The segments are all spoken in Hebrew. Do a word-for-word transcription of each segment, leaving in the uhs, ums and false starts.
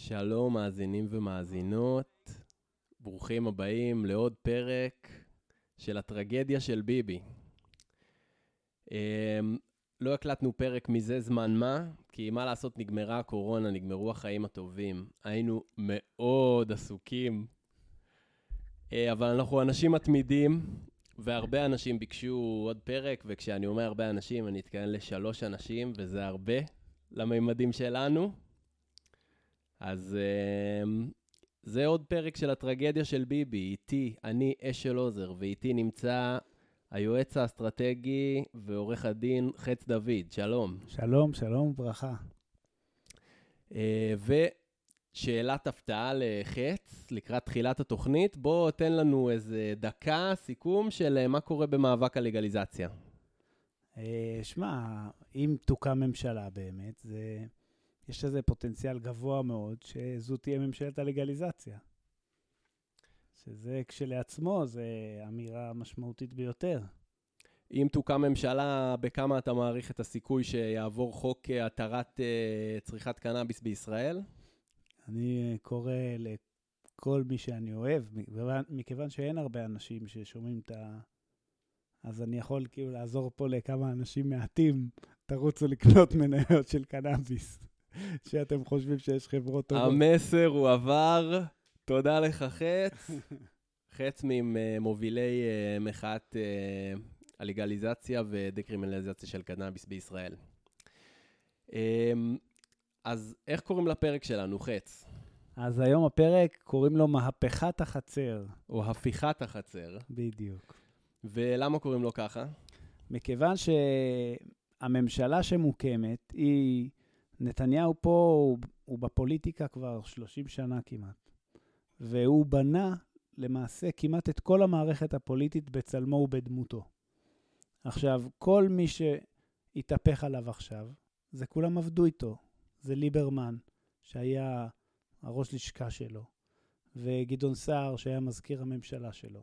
שלום מאזינים ומאזינות, ברוכים הבאים לעוד פרק של הטרגדיה של ביבי. לא הקלטנו פרק מזה זמן מה, כי מה לעשות, נגמרה הקורונה, נגמרו החיים הטובים. היינו מאוד עסוקים, אבל אנחנו אנשים מתמידים, והרבה אנשים ביקשו עוד פרק, וכשאני אומר הרבה אנשים, אני אתכוון לשלוש אנשים, וזה הרבה לממדים שלנו. אז uh, זה עוד פרק של הטרגדיה של ביבי. איתי, אני אשל עוזר, ואיתי נמצא היועץ האסטרטגי ועורך הדין חץ דוד. שלום. שלום, שלום, ברכה. Uh, ושאלת הפתעה לחץ, לקראת תחילת התוכנית, בוא תן לנו איזה דקה סיכום של מה קורה במאבק הלגליזציה. Uh, שמה, אם תוקם ממשלה באמת, זה... יש לזה פוטנציאל גבוה מאוד שזו תהיה ממשלת הלגליזציה. שזה כשלעצמו, זה אמירה משמעותית ביותר. אם תוקם ממשלה, בכמה אתה מעריך את הסיכוי שיעבור חוק התרת uh, צריכת קנאביס בישראל? אני קורא לכל מי שאני אוהב, מכיוון שאין הרבה אנשים ששומעים את ה... אז אני יכול כאילו לעזור פה לכמה אנשים מעטים, תרוצו לקנות מניות של קנאביס. שאתם חושבים שיש חברות טובות. המסר הוא עבר, תודה לך חץ. חץ ממובילי מחאת הלגליזציה ודקרימינליזציה של קנאביס בישראל. אז איך קוראים לפרק שלנו, חץ? אז היום הפרק קוראים לו מהפכת החצר. או הפיכת החצר. בדיוק. ולמה קוראים לו ככה? מכיוון שהממשלה שמוקמת היא... נתניהו פה הוא, הוא בפוליטיקה כבר שלושים שנה כמעט, והוא בנה למעשה כמעט את כל המערכת הפוליטית בצלמו ובדמותו. עכשיו, כל מי שהתהפך עליו עכשיו, זה כולם עבדו איתו. זה ליברמן, שהיה הראש לשכה שלו, וגדעון סער, שהיה מזכיר הממשלה שלו,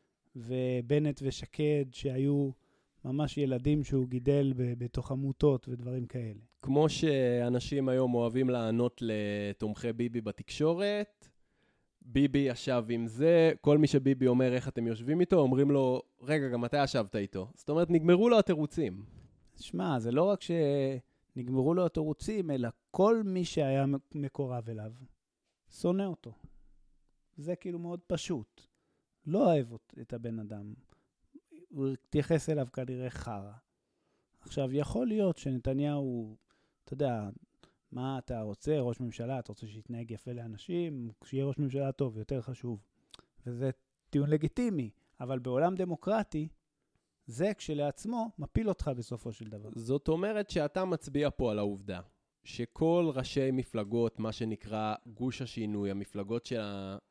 ובנט ושקד, שהיו ממש ילדים שהוא גידל בתוך עמותות ודברים כאלה. כמו שאנשים היום אוהבים לענות לתומכי ביבי בתקשורת, ביבי ישב עם זה, כל מי שביבי אומר איך אתם יושבים איתו, אומרים לו, רגע, גם אתה ישבת איתו. זאת אומרת, נגמרו לו התירוצים. שמע, זה לא רק שנגמרו לו התירוצים, אלא כל מי שהיה מקורב אליו, שונא אותו. זה כאילו מאוד פשוט. לא אוהב את הבן אדם. הוא תייחס אליו כנראה חרה. עכשיו, יכול להיות שנתניהו, אתה יודע, מה אתה רוצה, ראש ממשלה, אתה רוצה שיתנהג יפה לאנשים, כשיהיה ראש ממשלה טוב, יותר חשוב. וזה טיעון לגיטימי, אבל בעולם דמוקרטי, זה כשלעצמו מפיל אותך בסופו של דבר. זאת אומרת שאתה מצביע פה על העובדה, שכל ראשי מפלגות, מה שנקרא גוש השינוי, המפלגות של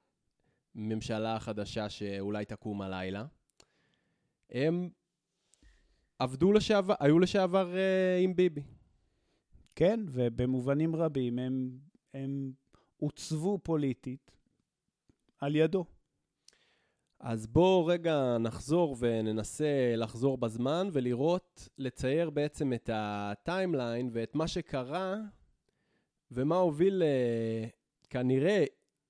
הממשלה החדשה שאולי תקום הלילה, הם עבדו לשעבר, היו לשעבר uh, עם ביבי. כן, ובמובנים רבים הם, הם עוצבו פוליטית על ידו. אז בואו רגע נחזור וננסה לחזור בזמן ולראות, לצייר בעצם את הטיימליין ואת מה שקרה ומה הוביל uh, כנראה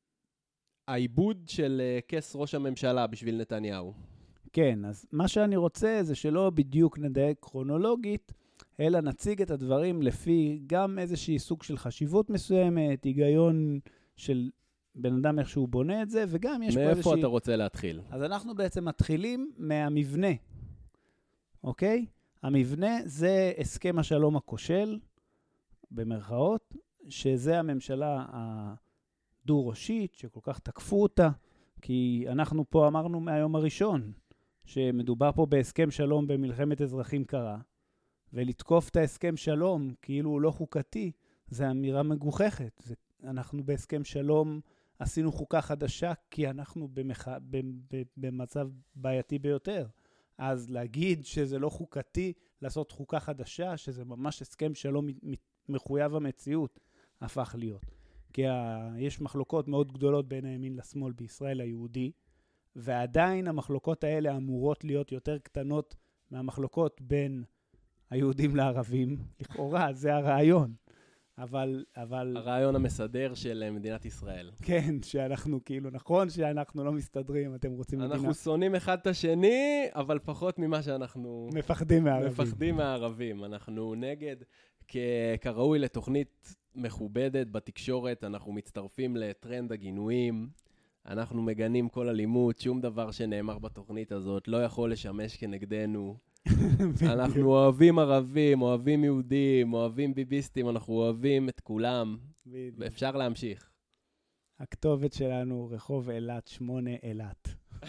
העיבוד של uh, כס ראש הממשלה בשביל נתניהו. כן, אז מה שאני רוצה זה שלא בדיוק נדייק כרונולוגית, אלא נציג את הדברים לפי גם איזושהי סוג של חשיבות מסוימת, היגיון של בן אדם איך שהוא בונה את זה, וגם יש פה איזושהי... מאיפה אתה רוצה להתחיל? אז אנחנו בעצם מתחילים מהמבנה, אוקיי? המבנה זה הסכם השלום הכושל, במרכאות, שזה הממשלה הדו-ראשית, שכל כך תקפו אותה, כי אנחנו פה אמרנו מהיום הראשון, שמדובר פה בהסכם שלום במלחמת אזרחים קרה, ולתקוף את ההסכם שלום כאילו הוא לא חוקתי, זה אמירה מגוחכת. זה, אנחנו בהסכם שלום עשינו חוקה חדשה, כי אנחנו במח... במצב בעייתי ביותר. אז להגיד שזה לא חוקתי, לעשות חוקה חדשה, שזה ממש הסכם שלום מחויב המציאות, הפך להיות. כי ה... יש מחלוקות מאוד גדולות בין הימין לשמאל בישראל היהודי, ועדיין המחלוקות האלה אמורות להיות יותר קטנות מהמחלוקות בין היהודים לערבים. לכאורה, זה הרעיון. אבל, אבל... הרעיון המסדר של מדינת ישראל. כן, שאנחנו כאילו, נכון שאנחנו לא מסתדרים, אתם רוצים אנחנו מדינה... אנחנו שונאים אחד את השני, אבל פחות ממה שאנחנו... מפחדים מהערבים. מפחדים מהערבים. אנחנו נגד, כ- כראוי לתוכנית מכובדת בתקשורת, אנחנו מצטרפים לטרנד הגינויים, אנחנו מגנים כל אלימות, שום דבר שנאמר בתוכנית הזאת לא יכול לשמש כנגדנו. אנחנו אוהבים ערבים, אוהבים יהודים, אוהבים ביביסטים, אנחנו אוהבים את כולם, ואפשר להמשיך. הכתובת שלנו, רחוב אילת, שמונה אילת.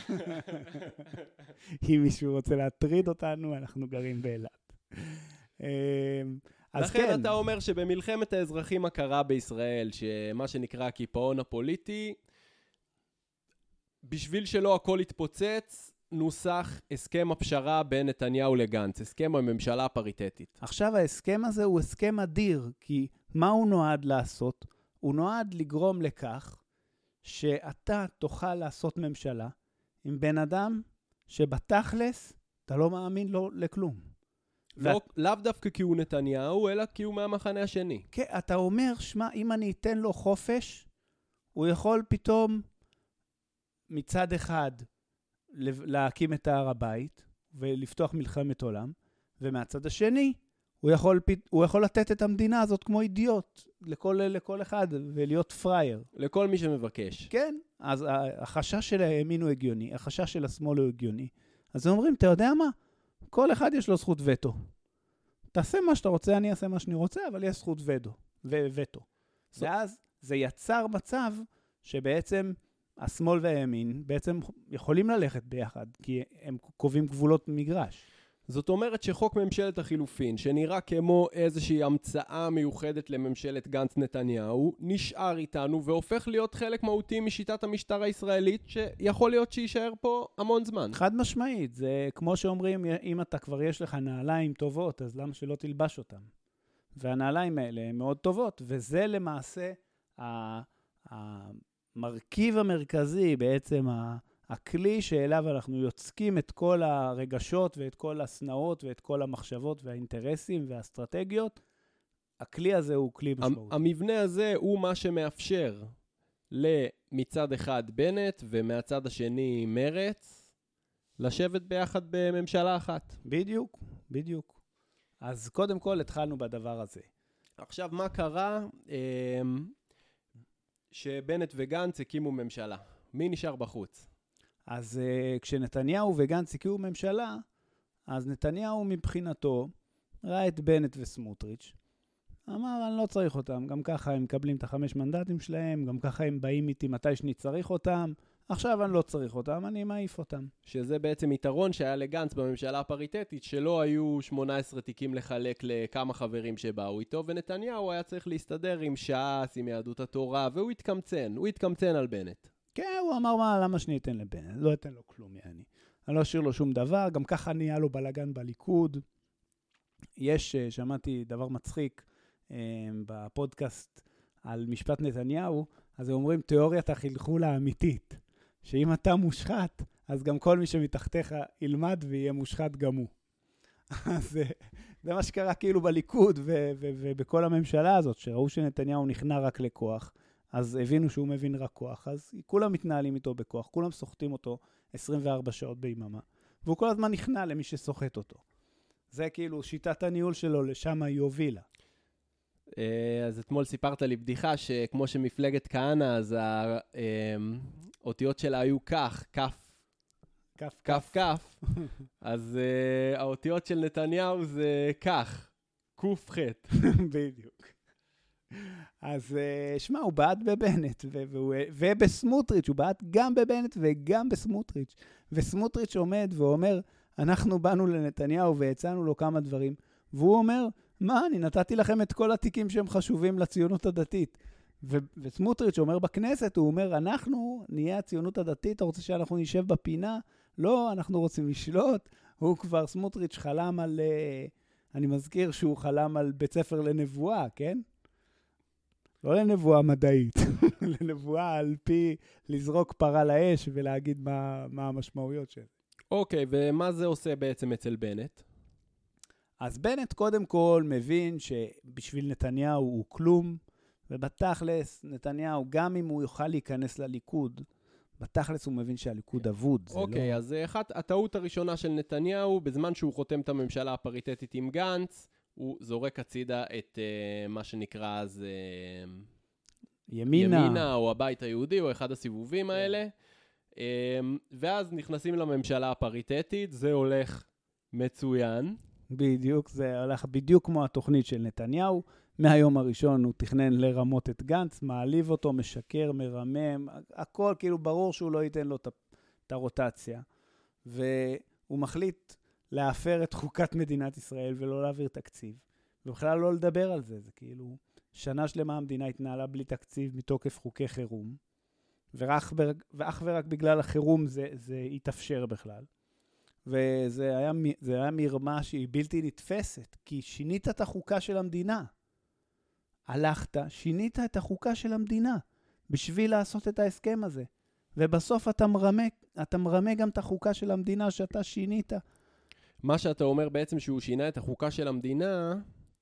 אם מישהו רוצה להטריד אותנו, אנחנו גרים באילת. אז לכן כן. אתה אומר שבמלחמת האזרחים הקרה בישראל, שמה שנקרא הקיפאון הפוליטי, בשביל שלא הכל יתפוצץ, נוסח הסכם הפשרה בין נתניהו לגנץ, הסכם הממשלה הפריטטית. עכשיו ההסכם הזה הוא הסכם אדיר, כי מה הוא נועד לעשות? הוא נועד לגרום לכך שאתה תוכל לעשות ממשלה עם בן אדם שבתכלס אתה לא מאמין לו לכלום. לא, ואת... לאו דווקא כי הוא נתניהו, אלא כי הוא מהמחנה השני. כן, אתה אומר, שמה, אם אני אתן לו חופש, הוא יכול פתאום מצד אחד להקים את הר הבית ולפתוח מלחמת עולם, ומהצד השני הוא יכול, הוא יכול לתת את המדינה הזאת כמו אידיוט לכל, לכל אחד ולהיות פרייר. לכל מי שמבקש. כן, אז החשש של הימין הוא הגיוני, החשש של השמאל הוא הגיוני. אז הם אומרים, אתה יודע מה? כל אחד יש לו זכות וטו. תעשה מה שאתה רוצה, אני אעשה מה שאני רוצה, אבל יש זכות וטו. וטו. ואז זה יצר מצב שבעצם השמאל והימין בעצם יכולים ללכת ביחד, כי הם קובעים גבולות מגרש. זאת אומרת שחוק ממשלת החילופין, שנראה כמו איזושהי המצאה מיוחדת לממשלת גנץ נתניהו, נשאר איתנו והופך להיות חלק מהותי משיטת המשטר הישראלית, שיכול להיות שיישאר פה המון זמן. חד משמעית, זה כמו שאומרים, אם אתה כבר יש לך נעליים טובות, אז למה שלא תלבש אותם? והנעליים האלה הן מאוד טובות, וזה למעשה המרכיב המרכזי, בעצם ה... הכלי שאליו אנחנו יוצקים את כל הרגשות ואת כל הסנאות ואת כל המחשבות והאינטרסים והאסטרטגיות, הכלי הזה הוא כלי משמעותי. המבנה הזה הוא מה שמאפשר למצד אחד בנט ומהצד השני מרץ לשבת ביחד בממשלה אחת. בדיוק, בדיוק. אז קודם כל התחלנו בדבר הזה. עכשיו מה קרה? שבנט וגנץ הקימו ממשלה. מי נשאר בחוץ? אז uh, כשנתניהו וגנץ הקימו ממשלה, אז נתניהו מבחינתו ראה את בנט וסמוטריץ', אמר, אני לא צריך אותם, גם ככה הם מקבלים את החמש מנדטים שלהם, גם ככה הם באים איתי מתי שאני צריך אותם, עכשיו אני לא צריך אותם, אני מעיף אותם. שזה בעצם יתרון שהיה לגנץ בממשלה הפריטטית, שלא היו שמונה עשרה תיקים לחלק לכמה חברים שבאו איתו, ונתניהו היה צריך להסתדר עם ש"ס, עם יהדות התורה, והוא התקמצן, הוא התקמצן על בנט. כן, הוא אמר, מה, למה שאני אתן לבנט? לא אתן לו כלום, יעני. אני לא אשאיר לו שום דבר, גם ככה נהיה לו בלגן בליכוד. יש, שמעתי דבר מצחיק בפודקאסט על משפט נתניהו, אז הם אומרים, תיאוריית החלחול האמיתית, שאם אתה מושחת, אז גם כל מי שמתחתיך ילמד ויהיה מושחת גם הוא. אז זה מה שקרה כאילו בליכוד ובכל הממשלה הזאת, שראו שנתניהו נכנע רק לכוח, אז הבינו שהוא מבין רק כוח, אז כולם מתנהלים איתו בכוח, כולם סוחטים אותו עשרים וארבע שעות ביממה, והוא כל הזמן נכנע למי שסוחט אותו. זה כאילו שיטת הניהול שלו, לשם היא הובילה. אז אתמול סיפרת לי בדיחה שכמו שמפלגת כהנא, אז האותיות שלה היו כך, כף, כף, כף, כף. אז האותיות של נתניהו זה כך, קוף חט. בדיוק. אז שמה, הוא בעט בבנט, ובסמוטריץ', הוא בעט גם בבנט וגם בסמוטריץ'. וסמוטריץ' עומד ואומר, אנחנו באנו לנתניהו והצענו לו כמה דברים, והוא אומר, מה, אני נתתי לכם את כל התיקים שהם חשובים לציונות הדתית. ו- וסמוטריץ' אומר בכנסת, הוא אומר, אנחנו נהיה הציונות הדתית, אתה רוצה שאנחנו נשב בפינה? לא, אנחנו רוצים לשלוט. הוא כבר, סמוטריץ' חלם על, אני מזכיר שהוא חלם על בית ספר לנבואה, כן? לא לנבואה מדעית, לנבואה על פי לזרוק פרה לאש ולהגיד מה, מה המשמעויות של. אוקיי, ומה זה עושה בעצם אצל בנט? אז בנט קודם כל מבין שבשביל נתניהו הוא כלום, ובתכלס נתניהו, גם אם הוא יוכל להיכנס לליכוד, בתכלס הוא מבין שהליכוד אבוד. אוקיי, אז אחת, הטעות הראשונה של נתניהו, בזמן שהוא חותם את הממשלה הפריטטית עם גנץ, הוא זורק הצידה את uh, מה שנקרא אז uh, ימינה. ימינה או הבית היהודי או אחד הסיבובים האלה. Um, ואז נכנסים לממשלה הפריטטית, זה הולך מצוין. בדיוק, זה הולך בדיוק כמו התוכנית של נתניהו. מהיום הראשון הוא תכנן לרמות את גנץ, מעליב אותו, משקר, מרמם, הכל כאילו ברור שהוא לא ייתן לו את הרוטציה. והוא מחליט להפר את חוקת מדינת ישראל ולא להעביר תקציב. ובכלל לא לדבר על זה, זה כאילו שנה שלמה המדינה התנהלה בלי תקציב מתוקף חוקי חירום, ואך ואך ורק בגלל החירום זה, זה יתאפשר בכלל. וזה היה, זה היה מרמה שהיא בלתי נתפסת, כי שינית את החוקה של המדינה. הלכת, שינית את החוקה של המדינה, בשביל לעשות את ההסכם הזה. ובסוף אתה מרמה, אתה מרמה גם את החוקה של המדינה שאתה שינית. מה שאתה אומר בעצם שהוא שינה את החוקה של המדינה,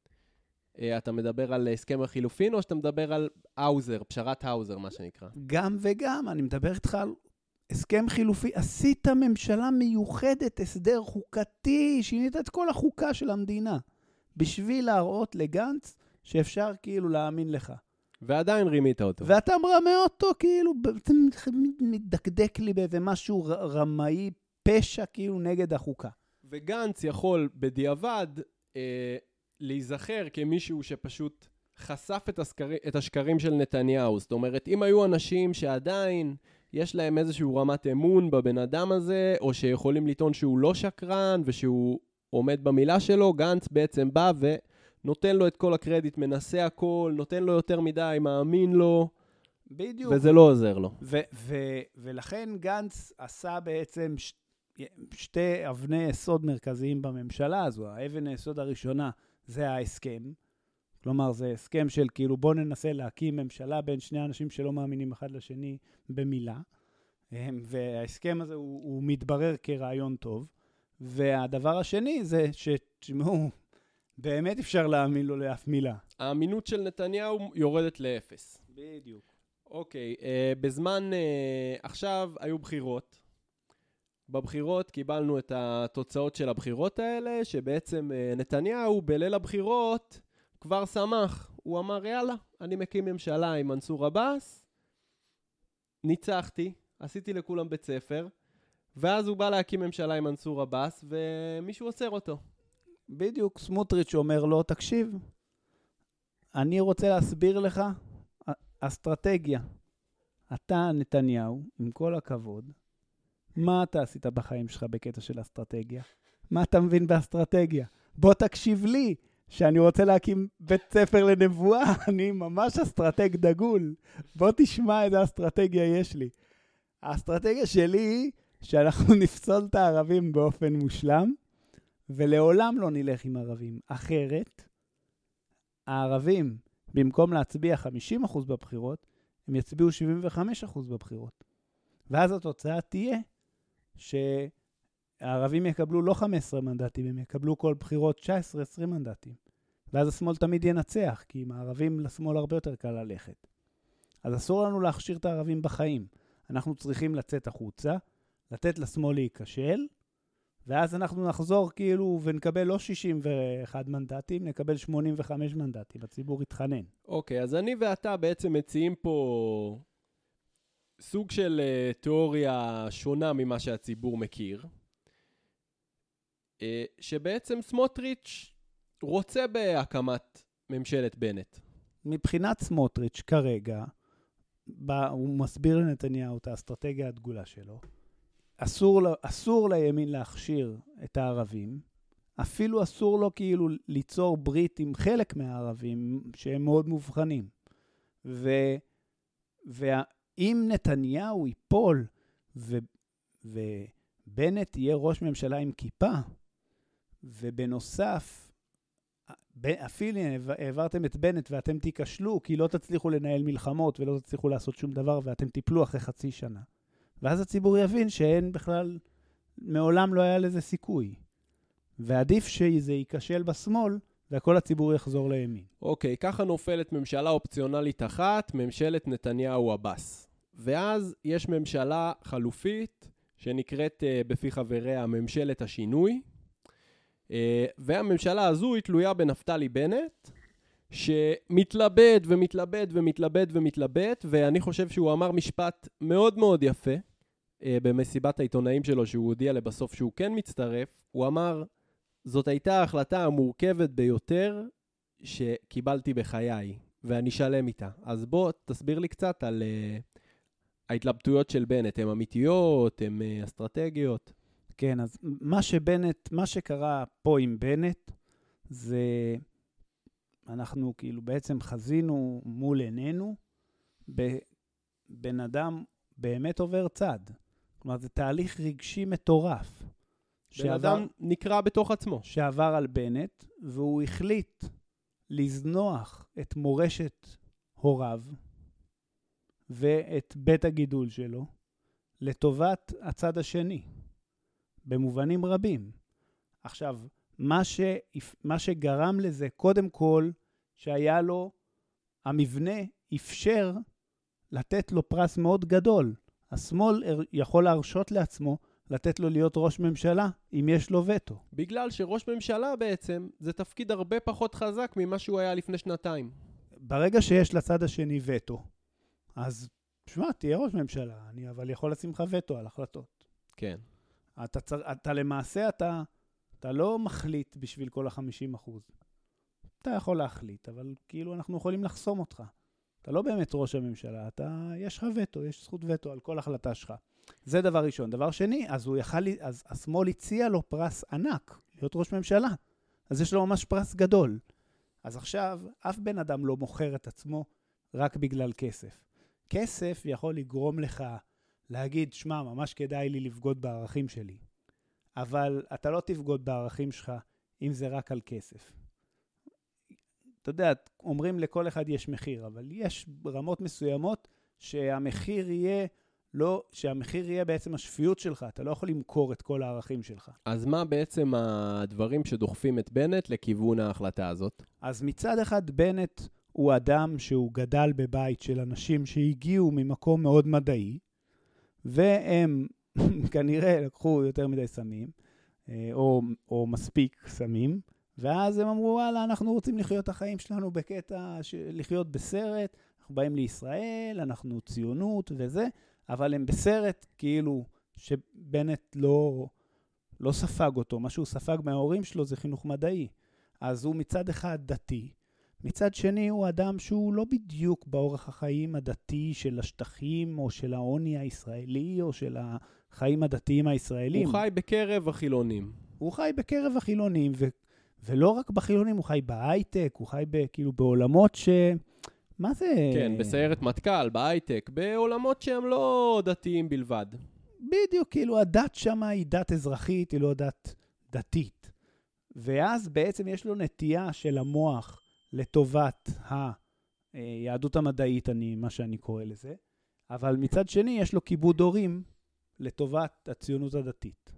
אתה מדבר על הסכם החילופין, או שאתה מדבר על האוזר, פשרת האוזר, מה שנקרא? גם וגם, אני מדבר איתך על הסכם חילופי. עשית ממשלה מיוחדת, הסדר חוקתי, שינית את כל החוקה של המדינה, בשביל להראות לגנץ שאפשר כאילו להאמין לך. ועדיין רימית אותו. ואתה מרמה אותו כאילו, אתה מדקדק לי באיזה משהו רמאי, פשע כאילו נגד החוקה. וגנץ יכול בדיעבד אה, להיזכר כמישהו שפשוט חשף את, הסקר... את השקרים של נתניהו. זאת אומרת, אם היו אנשים שעדיין יש להם איזשהו רמת אמון בבן אדם הזה, או שיכולים לטעון שהוא לא שקרן ושהוא עומד במילה שלו, גנץ בעצם בא ונותן לו את כל הקרדיט, מנסה הכל, נותן לו יותר מדי, מאמין לו, בדיוק. וזה לא עוזר לו. ו- ו- ולכן גנץ עשה בעצם ש- שתי אבני יסוד מרכזיים בממשלה הזו. האבן היסוד הראשונה זה ההסכם. כלומר, זה הסכם של כאילו בוא ננסה להקים ממשלה בין שני אנשים שלא מאמינים אחד לשני במילה. וההסכם הזה הוא, הוא מתברר כרעיון טוב. והדבר השני זה שתשמעו, באמת אפשר להאמין לו לאף מילה. האמינות של נתניהו יורדת לאפס. בדיוק. אוקיי, אה, בזמן, אה, עכשיו היו בחירות. בבחירות קיבלנו את התוצאות של הבחירות האלה, שבעצם אה, נתניהו בליל הבחירות כבר שמח. הוא אמר, יאללה, אני מקים ממשלה עם מנסור עבאס, ניצחתי, עשיתי לכולם בית ספר, ואז הוא בא להקים ממשלה עם מנסור עבאס, ומישהו עוצר אותו. בדיוק, סמוטריץ' אומר לו, תקשיב, אני רוצה להסביר לך אסטרטגיה. אתה, נתניהו, עם כל הכבוד, מה אתה עשית בחיים שלך בקטע של אסטרטגיה? מה אתה מבין באסטרטגיה? בוא תקשיב לי, שאני רוצה להקים בית ספר לנבואה, אני ממש אסטרטג דגול. בוא תשמע איזה אסטרטגיה יש לי. האסטרטגיה שלי היא שאנחנו נפסול את הערבים באופן מושלם, ולעולם לא נלך עם ערבים. אחרת, הערבים, במקום להצביע חמישים אחוז בבחירות, הם יצביעו שבעים וחמישה אחוז בבחירות. ואז התוצאה תהיה שהערבים יקבלו לא חמישה עשר מנדטים, הם יקבלו כל בחירות תשע עשרה עשרים מנדטים. ואז השמאל תמיד ינצח, כי עם הערבים לשמאל הרבה יותר קל ללכת. אז אסור לנו להכשיר את הערבים בחיים. אנחנו צריכים לצאת החוצה, לתת לשמאל להיכשל, ואז אנחנו נחזור כאילו ונקבל לא שישים ואחד מנדטים, נקבל שמונים וחמישה מנדטים. הציבור יתחנן. אוקיי, אז אני ואתה בעצם מציעים פה סוג של uh, תיאוריה שונה ממה שהציבור מכיר, uh, שבעצם סמוטריץ' רוצה בהקמת ממשלת בנט. מבחינת סמוטריץ' כרגע, בה, הוא מסביר לנתניהו את האסטרטגיה הדגולה שלו. אסור, אסור לימין להכשיר את הערבים, אפילו אסור לו כאילו ליצור ברית עם חלק מהערבים שהם מאוד מובחנים. ו, ואם נתניהו ייפול ו, ובנט יהיה ראש ממשלה עם כיפה, ובנוסף, אפילו העברתם את בנט ואתם תיכשלו, כי לא תצליחו לנהל מלחמות ולא תצליחו לעשות שום דבר, ואתם תיפלו אחרי חצי שנה. ואז הציבור יבין שאין בכלל, מעולם לא היה לזה סיכוי. ועדיף שזה ייכשל בשמאל, וכל הציבור יחזור לימין. אוקיי, ככה נופלת ממשלה אופציונלית אחת, ממשלת נתניהו עבאס. ואז יש ממשלה חלופית, שנקראת uh, בפי חבריה ממשלת השינוי, uh, והממשלה הזו היא תלויה בנפתלי בנט, שמתלבט ומתלבט ומתלבט ומתלבט, ואני חושב שהוא אמר משפט מאוד מאוד יפה, uh, במסיבת העיתונאים שלו, שהוא הודיע לבסוף שהוא כן מצטרף, הוא אמר, זאת הייתה ההחלטה המורכבת ביותר שקיבלתי בחיי, ואני שלם איתה. אז בוא תסביר לי קצת על uh, ההתלבטויות של בנט, הן אמיתיות, הן uh, אסטרטגיות. כן, אז מה שבנט, מה שקרה פה עם בנט, זה אנחנו כאילו בעצם חזינו מול עינינו, בן אדם באמת עובר צד. כלומר, זה תהליך רגשי מטורף. בן אדם נקרא בתוך עצמו. שעבר על בנט, והוא החליט לזנוח את מורשת הוריו, ואת בית הגידול שלו, לטובת הצד השני, במובנים רבים. עכשיו, מה, ש... מה שגרם לזה, קודם כל, שהיה לו, המבנה אפשר לתת לו פרס מאוד גדול. השמאל יכול להרשות לעצמו לתת לו להיות ראש ממשלה, אם יש לו וטו. בגלל שראש ממשלה בעצם, זה תפקיד הרבה פחות חזק ממה שהוא היה לפני שנתיים. ברגע שיש לצד השני וטו, אז, שמע, תהיה ראש ממשלה, אני אבל יכול לשים לך וטו על החלטות. כן. אתה, צר... אתה למעשה, אתה, אתה לא מחליט בשביל כל ה-חמישים אחוז. אתה יכול להחליט, אבל כאילו אנחנו יכולים לחסום אותך. אתה לא באמת ראש הממשלה, אתה, יש לך וטו, יש זכות וטו על כל החלטה שלך. זה דבר ראשון. דבר שני, אז הוא יכל, אז השמאל הציע לו פרס ענק, להיות ראש ממשלה. אז יש לו ממש פרס גדול. אז עכשיו, אף בן אדם לא מוכר את עצמו רק בגלל כסף. כסף יכול לגרום לך להגיד, שמע, ממש כדאי לי לבגוד בערכים שלי. אבל אתה לא תבגוד בערכים שלך אם זה רק על כסף. אתה יודע, אומרים לכל אחד יש מחיר, אבל יש רמות מסוימות שהמחיר יהיה לא, שהמחיר יהיה בעצם השפיות שלך, אתה לא יכול למכור את כל הערכים שלך. אז מה בעצם הדברים שדוחפים את בנט לכיוון ההחלטה הזאת? אז מצד אחד בנט הוא אדם שהוא גדל בבית של אנשים שהגיעו ממקום מאוד מדעי, והם כנראה לקחו יותר מדי סמים, או, או מספיק סמים, ואז הם אמרו, וואלה, אנחנו רוצים לחיות את החיים שלנו בקטע, לחיות בסרט, אנחנו באים לישראל, אנחנו ציונות וזה, אבל הם בסרט כאילו שבנט לא, לא ספג אותו. מה שהוא ספג מההורים שלו זה חינוך מדעי. אז הוא מצד אחד דתי. מצד שני הוא אדם שהוא לא בדיוק באורח החיים הדתי של השטחים, או של העוני הישראלי, או של החיים הדתיים הישראלים. הוא חי בקרב החילונים. הוא חי בקרב החילונים, ו, ולא רק בחילונים, הוא חי בהייטק, הוא חי ב, כאילו בעולמות ש... מה זה? כן, בסיירת מטכ"ל, בהייטק, בעולמות שהם לא דתיים בלבד. בדיוק, כאילו הדת שם היא דת אזרחית, היא לא דת דתית. ואז בעצם יש לו נטייה של המוח לטובת היהדות המדעית, אני, מה שאני קורא לזה. אבל מצד שני יש לו כיבוד הורים לטובת הציונות הדתית.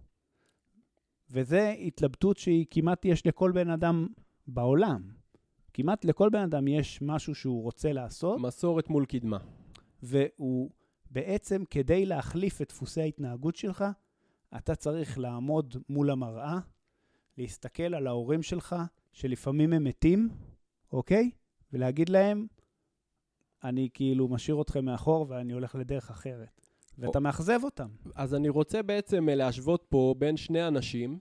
וזה התלבטות שהיא כמעט יש לכל בן אדם בעולם. כמעט לכל בן אדם יש משהו שהוא רוצה לעשות. מסורת מול קדמה. והוא בעצם כדי להחליף את דפוסי ההתנהגות שלך, אתה צריך לעמוד מול המראה, להסתכל על ההורים שלך, שלפעמים הם מתים, אוקיי? ולהגיד להם, אני כאילו משאיר אתכם מאחור ואני הולך לדרך אחרת. ואתה או... מאכזב אותם. אז אני רוצה בעצם להשוות פה בין שני אנשים,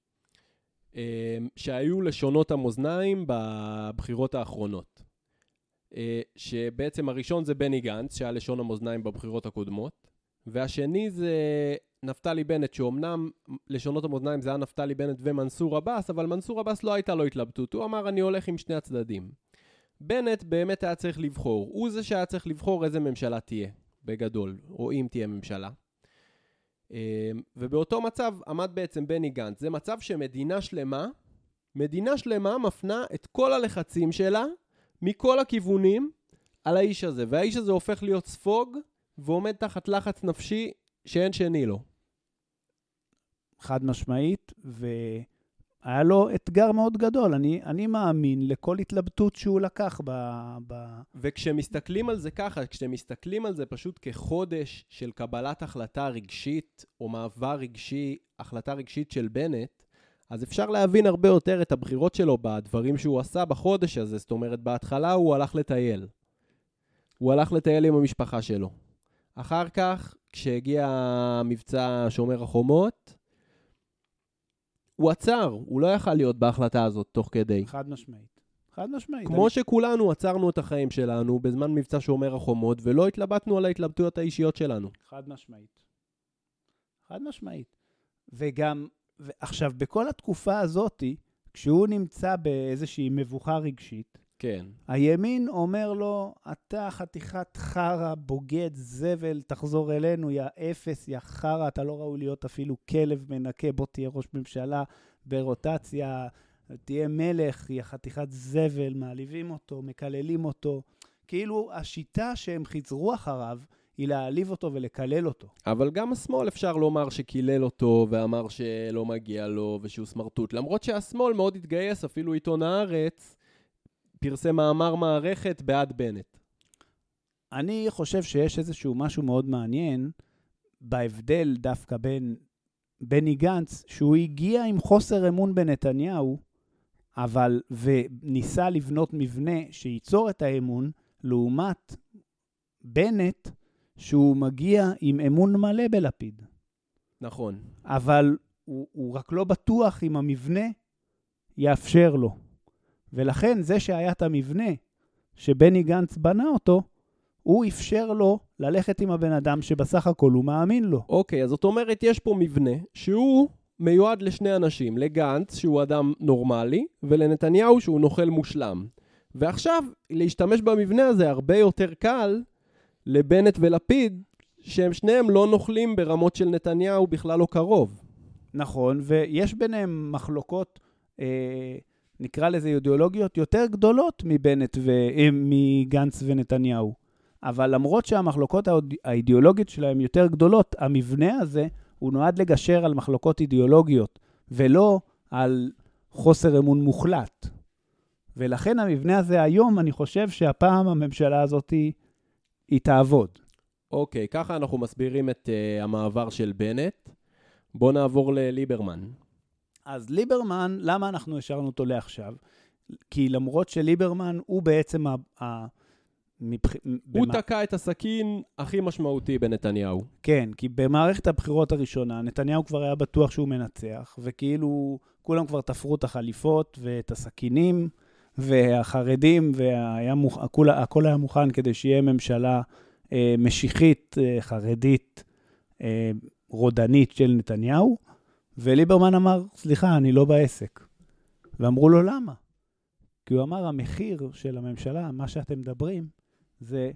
שהיו לשונות המאזניים בבחירות האחרונות. שבעצם הראשון זה בני גנץ, שהיה לשון המאזניים בבחירות הקודמות, והשני זה נפתלי בנט, שאומנם לשונות המאזניים זה היה נפתלי בנט ומנסור עבאס, אבל מנסור עבאס לא הייתה לו התלבטות, הוא אמר אני הולך עם שני הצדדים. בנט באמת היה צריך לבחור, הוא זה שהיה צריך לבחור איזה ממשלה תהיה, בגדול, או אם תהיה ממשלה. ובאותו מצב עמד בעצם בני גנץ. זה מצב שמדינה שלמה, מדינה שלמה מפנה את כל הלחצים שלה מכל הכיוונים על האיש הזה. והאיש הזה הופך להיות ספוג ועומד תחת לחץ נפשי שאין שני לו. חד משמעית, היה לו אתגר מאוד גדול. אני, אני מאמין לכל התלבטות שהוא לקח ב... ב... וכשמסתכלים על זה ככה, כשמסתכלים על זה פשוט כחודש של קבלת החלטה רגשית, או מעבר רגשי, החלטה רגשית של בנט, אז אפשר להבין הרבה יותר את הבחירות שלו בדברים שהוא עשה בחודש הזה. זאת אומרת, בהתחלה הוא הלך לטייל. הוא הלך לטייל עם המשפחה שלו. אחר כך, כשהגיע מבצע שומר החומות, הוא עצר, הוא לא יכל להיות בהחלטה הזאת תוך כדי. חד משמעית. חד משמעית. כמו אני... שכולנו עצרנו את החיים שלנו בזמן מבצע שומר החומות, ולא התלבטנו על ההתלבטויות האישיות שלנו. חד משמעית. חד משמעית. וגם, עכשיו, בכל התקופה הזאת, כשהוא נמצא באיזושהי מבוכה רגשית, כן. הימין אומר לו, אתה חתיכת חרה, בוגד, זבל, תחזור אלינו, יא אפס, יא חרה, אתה לא ראוי להיות אפילו כלב מנקה, בוא תהיה ראש ממשלה ברוטציה, תהיה מלך, יא חתיכת זבל, מעליבים אותו, מקללים אותו. כאילו השיטה שהם חיזרו אחריו, היא להעליב אותו ולקלל אותו. אבל גם השמאל אפשר לומר שקילל אותו, ואמר שלא מגיע לו, ושהוא סמרטוט. למרות שהשמאל מאוד התגייס, אפילו עיתון הארץ, פרסם מאמר מערכת בעד בנט. אני חושב שיש איזשהו משהו מאוד מעניין, בהבדל דווקא בין בני גנץ, שהוא הגיע עם חוסר אמון בנתניהו, אבל, וניסה לבנות מבנה שייצור את האמון, לעומת בנט, שהוא מגיע עם אמון מלא בלפיד. נכון. אבל הוא, הוא רק לא בטוח אם המבנה יאפשר לו. ולכן זה שהיה את המבנה שבני גנץ בנה אותו, הוא אפשר לו ללכת עם הבן אדם שבסך הכל הוא מאמין לו. אוקיי, אז זאת אומרת, יש פה מבנה שהוא מיועד לשני אנשים, לגנץ שהוא אדם נורמלי, ולנתניהו שהוא נוכל מושלם. ועכשיו, להשתמש במבנה הזה הרבה יותר קל לבנט ולפיד, שהם שניהם לא נוכלים ברמות של נתניהו בכלל לא קרוב. נכון, ויש ביניהם מחלוקות, אה, נקרא לזה אידיאולוגיות, יותר גדולות מבנט ומגנץ ונתניהו. אבל למרות שהמחלוקות האידיאולוגיות שלהם יותר גדולות, המבנה הזה הוא נועד לגשר על מחלוקות אידיאולוגיות, ולא על חוסר אמון מוחלט. ולכן המבנה הזה היום, אני חושב שהפעם הממשלה הזאת היא, היא תעבוד. אוקיי, ככה אנחנו מסבירים את uh, המעבר של בנט. בוא נעבור לליברמן. אז ליברמן, למה אנחנו השארנו אותו לעכשיו? כי למרות שליברמן הוא בעצם ה... ה מבח... הוא במה... תקע את הסכין הכי משמעותי בנתניהו. כן, כי במערכת הבחירות הראשונה, נתניהו כבר היה בטוח שהוא מנצח, וכאילו כולם כבר תפרו את החליפות ואת הסכינים, והחרדים, והיה מוכ... הכל, הכל היה מוכן כדי שיהיה ממשלה אה, משיחית, אה, חרדית, אה, רודנית של נתניהו, וליברמן אמר, סליחה, אני לא בעסק. ואמרו לו, למה? כי הוא אמר, המחיר של הממשלה, מה שאתם מדברים, זה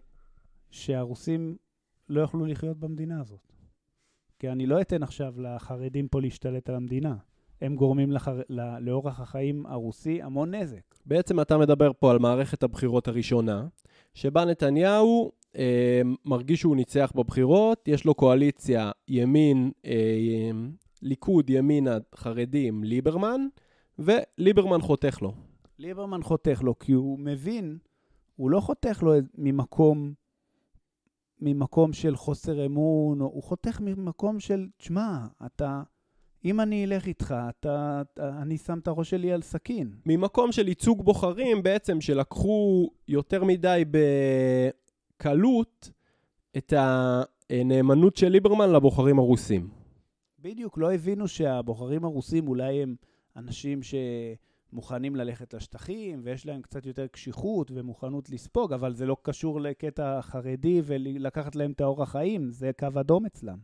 שהרוסים לא יוכלו לחיות במדינה הזאת. כי אני לא אתן עכשיו לחרדים פה להשתלט על המדינה. הם גורמים לחר... לא... לאורח החיים הרוסי המון נזק. בעצם אתה מדבר פה על מערכת הבחירות הראשונה, שבה נתניהו אה, מרגיש שהוא ניצח בבחירות, יש לו קואליציה ימין, אה, ליכוד, ימין חרדים, ליברמן, וליברמן חותך לו. ליברמן חותך לו, כי הוא מבין, הוא לא חותך לו ממקום, ממקום של חוסר אמון, הוא חותך ממקום של, תשמע, אתה, אם אני אלך איתך, אתה, אתה, אני שם את הראש שלי על סכין. ממקום של ייצוג בוחרים, בעצם שלקחו יותר מדי בקלות את הנאמנות של ליברמן לבוחרים הרוסים. בדיוק, לא הבינו שהבוחרים הרוסים אולי הם אנשים ש... מוכנים ללכת לשטחים, ויש להם קצת יותר קשיחות ומוכנות לספוג, אבל זה לא קשור לקטע חרדי ולקחת להם את האורח חיים, זה קו אדום אצלם.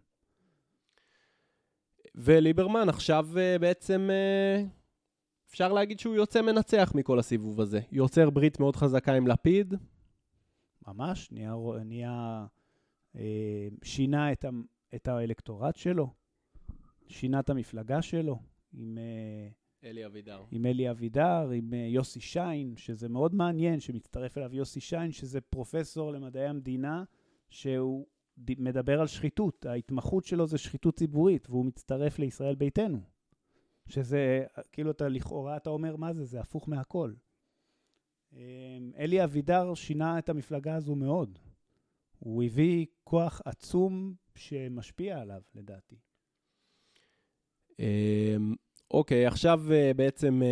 וליברמן עכשיו בעצם אפשר להגיד שהוא יוצא מנצח מכל הסיבוב הזה. יוצר ברית מאוד חזקה עם לפיד. ממש, נהיה, נהיה שינה את, ה, את האלקטורט שלו, שינה את המפלגה שלו עם... אלי אבידר. עם אלי אבידר, עם יוסי שיין, שזה מאוד מעניין, שמצטרף אליו יוסי שיין, שזה פרופסור למדעי המדינה, שהוא מדבר על שחיתות. ההתמחות שלו זה שחיתות ציבורית, והוא מצטרף לישראל ביתנו, שזה, כאילו אתה לכאורה, אתה אומר מה זה, זה הפוך מהכל. אלי אבידר שינה את המפלגה הזו מאוד. הוא הביא כוח עצום שמשפיע עליו, לדעתי. אוקיי, עכשיו בעצם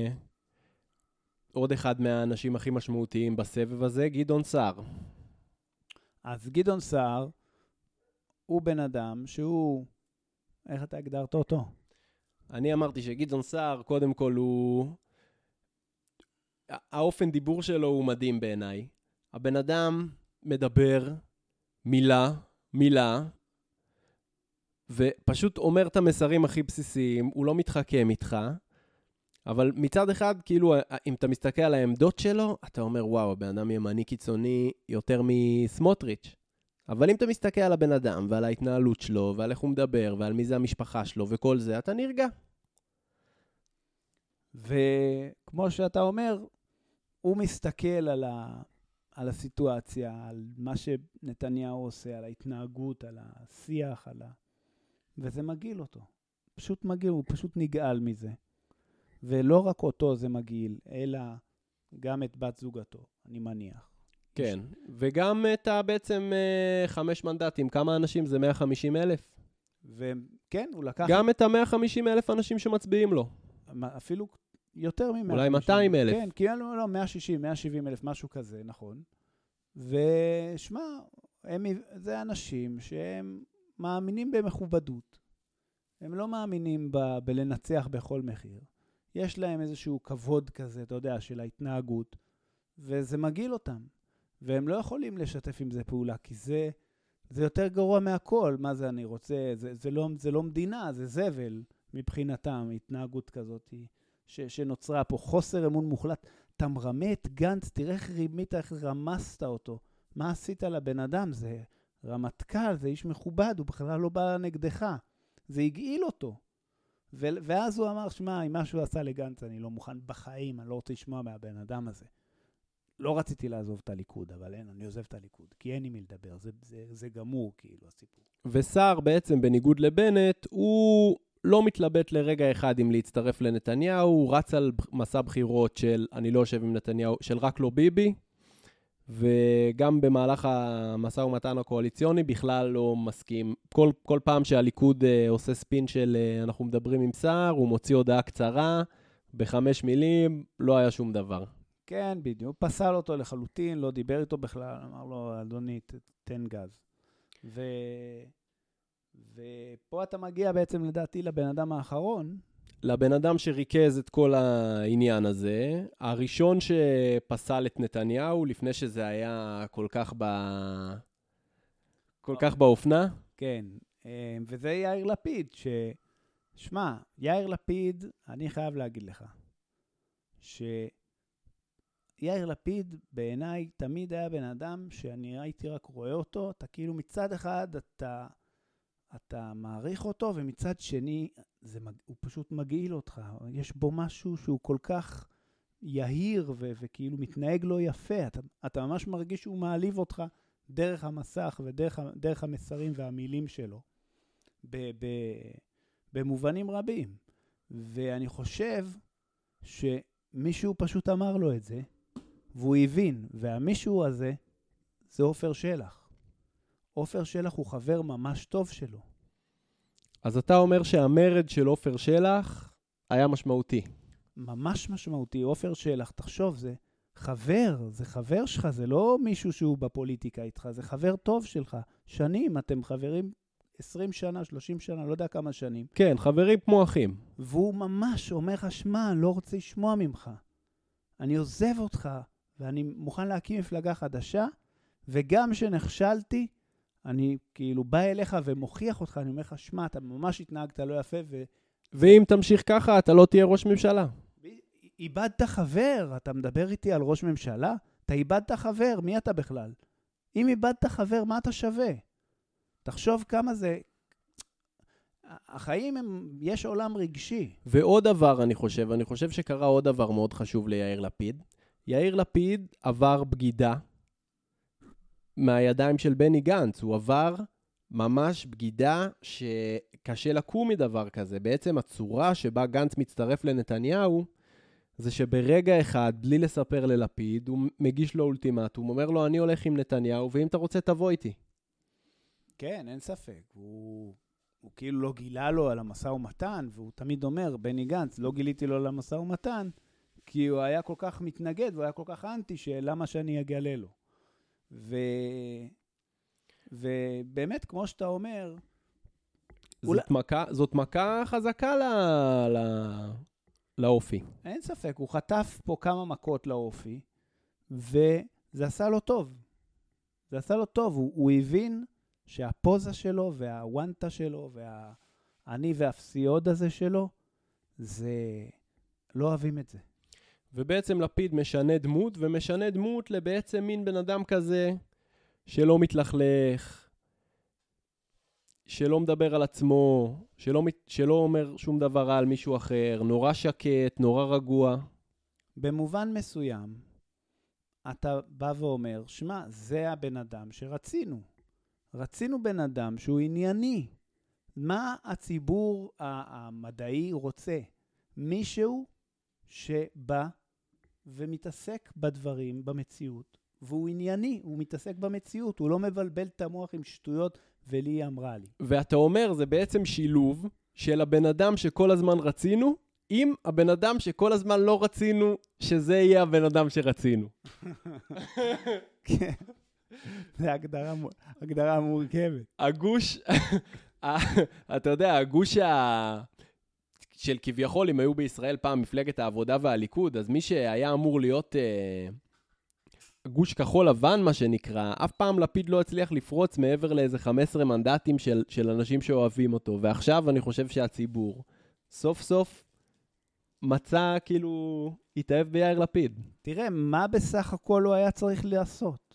עוד אחד מהאנשים הכי משמעותיים בסבב הזה, גדעון סער. אז גדעון סער הוא בן אדם שהוא, איך אתה הגדרת אותו? אני אמרתי שגדעון סער, קודם כל הוא, האופן דיבור שלו הוא מדהים בעיניי. הבן אדם מדבר מילה, מילה, ופשוט אומר את המסרים הכי בסיסיים, הוא לא מתחכם איתך, אבל מצד אחד, כאילו, אם אתה מסתכל על העמדות שלו, אתה אומר, וואו, הבן אדם ימני קיצוני יותר מסמוטריץ'. אבל אם אתה מסתכל על הבן אדם, ועל ההתנהלות שלו, ועל איך הוא מדבר, ועל מי זה המשפחה שלו, וכל זה, אתה נרגע. וכמו שאתה אומר, הוא מסתכל על, ה... על הסיטואציה, על מה שנתניהו עושה, על ההתנהגות, על השיח, על ה... וזה מגיל אותו. פשוט מגיל, הוא פשוט נגעל מזה. ולא רק אותו זה מגיל, אלא גם את בת זוגתו, אני מניח. כן, וגם את בעצם חמש מנדטים, כמה אנשים? זה מאה וחמישים אלף. וכן, הוא לקח... גם את ה-מאה וחמישים אלף אנשים שמצביעים לו. אפילו יותר מ-מאה וחמישים. אולי מאתיים אלף. כן, כי לא, לא, מאה ושישים, מאה ושבעים אלף, משהו כזה, נכון. ושמע, הם, זה אנשים שהם מאמינים במכובדות. הם לא מאמינים ב, בלנצח בכל מחיר. יש להם איזשהו כבוד כזה, אתה יודע, של ההתנהגות, וזה מגיל אותם. והם לא יכולים לשתף עם זה פעולה, כי זה, זה יותר גרוע מהכל. מה זה אני רוצה? זה, זה, לא, זה לא מדינה, זה זבל מבחינתם, התנהגות כזאת ש, שנוצרה פה. חוסר אמון מוחלט. אתה מרמה את גנץ, תראה איך רימית, איך רמסת אותו. מה עשית לבן אדם? זה רמטכ"ל, זה איש מכובד, הוא בכלל לא בא נגדך. זה הגעיל אותו. ו- ואז הוא אמר, שמע, אם משהו עשה לגנץ, אני לא מוכן בחיים, אני לא רוצה לשמוע מהבן אדם הזה. לא רציתי לעזוב את הליכוד, אבל אין, אני עוזב את הליכוד, כי אין עם מי לדבר, זה, זה, זה גמור, כאילו, הסיפור. וסער בעצם, בניגוד לבנט, הוא לא מתלבט לרגע אחד אם להצטרף לנתניהו, הוא רץ על מסע בחירות של אני לא יושב עם נתניהו, של רק לא ביבי, וגם במהלך המסע ומתן הקואליציוני בכלל לא מסכים. כל, כל פעם שהליכוד uh, עושה ספין של uh, אנחנו מדברים עם סער, הוא מוציא הודעה קצרה, בחמש מילים, לא היה שום דבר. כן, בדיוק. הוא פסל אותו לחלוטין, לא דיבר איתו בכלל, אמר לו, אדוני, תן גז. ו... ופה אתה מגיע בעצם לדעתי לבן אדם האחרון. לבן אדם שריכז את כל העניין הזה, הראשון שפסל את נתניהו, לפני שזה היה כל כך ב... כל כך באופנה. כן, וזה יאיר לפיד, ש... שמע, יאיר לפיד, אני חייב להגיד לך, שיאיר לפיד בעיניי תמיד היה בן אדם שאני הייתי רק רואה אותו, אתה כאילו מצד אחד אתה... אתה מעריך אותו, ומצד שני, זה, הוא פשוט מגעיל אותך. יש בו משהו שהוא כל כך יהיר, ו- וכאילו מתנהג לא יפה. אתה, אתה ממש מרגיש שהוא מעליב אותך דרך המסך, ודרך דרך המסרים והמילים שלו. ב- ב- במובנים רבים. ואני חושב שמישהו פשוט אמר לו את זה, והוא הבין, והמישהו הזה, זה עופר שלח. עופר שלח הוא חבר ממש טוב שלו. אז אתה אומר שהמרד של עופר שלח היה משמעותי. ממש משמעותי. עופר שלח, תחשוב, זה חבר, זה חבר שלך, זה לא מישהו שהוא בפוליטיקה איתך, זה חבר טוב שלך. שנים, אתם חברים עשרים שנה, שלושים שנה, לא יודע כמה שנים. כן, חברים כמו אחים. והוא ממש אומר לך, שמע, אני לא רוצה לשמוע ממך. אני עוזב אותך, ואני מוכן להקים מפלגה חדשה, וגם שנכשלתי, אני כאילו בא אליך ומוכיח אותך, אני אומר לך, שמע, אתה ממש התנהגת לא יפה, ו... ואם תמשיך ככה, אתה לא תהיה ראש ממשלה. איבדת חבר, אתה מדבר איתי על ראש ממשלה? אתה איבדת חבר, מי אתה בכלל? אם איבדת חבר, מה אתה שווה? תחשוב כמה זה... החיים הם... יש עולם רגשי. ועוד דבר, אני חושב, אני חושב שקרה עוד דבר מאוד חשוב ליאיר לפיד. יאיר לפיד עבר בגידה, מהידיים של בני גנץ, הוא עבר ממש בגידה שקשה לקום מדבר כזה. בעצם הצורה שבה גנץ מצטרף לנתניהו, זה שברגע אחד, בלי לספר ללפיד, הוא מגיש לו אולטימטום, הוא אומר לו, אני הולך עם נתניהו, ואם אתה רוצה, תבוא איתי. כן, אין ספק. הוא, הוא כאילו לא גילה לו על המשא ומתן, והוא תמיד אומר, בני גנץ, לא גיליתי לו על המשא ומתן, כי הוא היה כל כך מתנגד, והוא היה כל כך אנטי, שלמה שאני אגלה לו. ו... ובאמת, כמו שאתה אומר... זאת, אולי... מכה, זאת מכה חזקה ל... ל... לאופי. אין ספק, הוא חטף פה כמה מכות לאופי, וזה עשה לו טוב. זה עשה לו טוב, הוא, הוא הבין שהפוזה שלו והוונטה שלו והאני והפסיוד הזה שלו, זה... לא אוהבים את זה. ובעצם לפיד משנה דמות, ומשנה דמות לבעצם מין בן אדם כזה שלא מתלכלך, שלא מדבר על עצמו, שלא, שלא אומר שום דבר על מישהו אחר, נורא שקט, נורא רגוע. במובן מסוים, אתה בא ואומר, שמה, זה הבן אדם שרצינו. רצינו בן אדם שהוא ענייני. מה הציבור המדעי רוצה? מישהו שבא ומתעסק בדברים, במציאות, והוא ענייני, הוא מתעסק במציאות, הוא לא מבלבל את המוח עם שטויות, ולי אמרה לי. ואתה אומר, זה בעצם שילוב של הבן אדם שכל הזמן רצינו, עם הבן אדם שכל הזמן לא רצינו, שזה יהיה הבן אדם שרצינו. כן, זה הגדרה, הגדרה מורכבת. הגוש, אתה יודע, הגוש ה... של כביכול, אם היו בישראל פעם מפלגת העבודה והליכוד, אז מי שהיה אמור להיות אה, גוש כחול לבן, מה שנקרא, אף פעם לפיד לא הצליח לפרוץ מעבר לאיזה חמישה עשר מנדטים של, של אנשים שאוהבים אותו. ועכשיו אני חושב שהציבור סוף סוף מצא, כאילו, התאהב ביאיר לפיד. תראה, מה בסך הכל הוא היה צריך לעשות?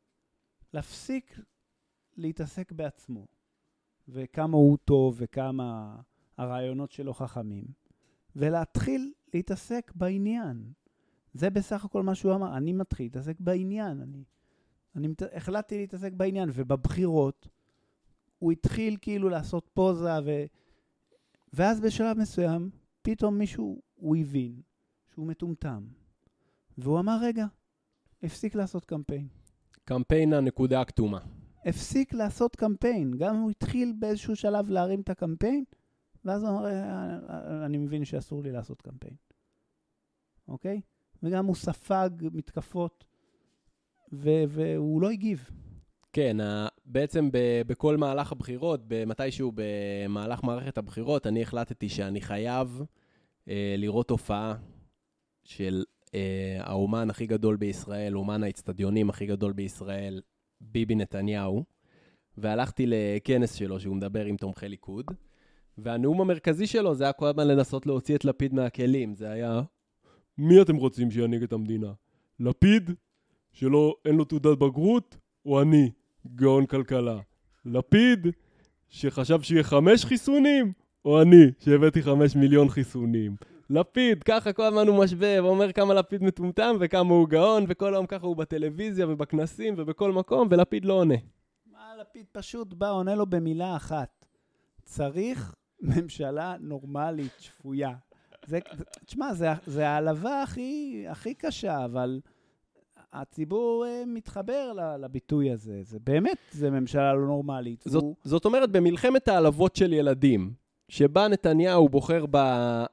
להפסיק להתעסק בעצמו, וכמה הוא טוב וכמה הרעיונות שלו חכמים, ולהתחיל להתעסק בעניין. זה בסך הכל מה שהוא אמר, אני מתחיל להתעסק בעניין, אני, אני מת... החלטתי להתעסק בעניין, ובבחירות הוא התחיל כאילו לעשות פוזה, ו... ואז בשלב מסוים, פתאום מישהו, הוא הבין שהוא מטומטם, והוא אמר, רגע, הפסיק לעשות קמפיין. קמפיין הנקודה הכתומה. הפסיק לעשות קמפיין, גם הוא התחיל באיזשהו שלב להרים את הקמפיין, ואז הוא אמר, אני מבין שאסור לי לעשות קמפיין. אוקיי? וגם הוא ספג מתקפות, ו- והוא לא הגיב. כן, בעצם ב- בכל מהלך הבחירות, מתישהו במהלך מערכת הבחירות, אני החלטתי שאני חייב אה, לראות הופעה של אה, האומן הכי גדול בישראל, אומן האצטדיונים הכי גדול בישראל, ביבי נתניהו, והלכתי לכנס שלו שהוא מדבר עם תומכי ליכוד, והנאום המרכזי שלו זה היה כל הזמן לנסות להוציא את לפיד מהכלים. זה היה, מי אתם רוצים שינהיג את המדינה? לפיד, שלא אין לו תעודת בגרות, או אני, גאון כלכלה? לפיד, שחשב שיהיה חמש חיסונים, או אני, שהבאתי חמש מיליון חיסונים? לפיד, ככה כל הזמן הוא משווה, ואומר כמה לפיד מטומטם, וכמה הוא גאון, וכל היום ככה הוא בטלוויזיה, ובכנסים, ובכל מקום, ולפיד לא עונה. מה, לפיד פשוט בא, עונה לו במילה אחת. צריך ממשלה נורמלית, שפויה. זה, תשמע, זה, זה העלבה הכי, הכי קשה, אבל הציבור uh, מתחבר לביטוי הזה. זה באמת, זה ממשלה לא נורמלית. זאת, והוא... זאת אומרת, במלחמת העלבות של ילדים, שבה נתניהו בוחר ב,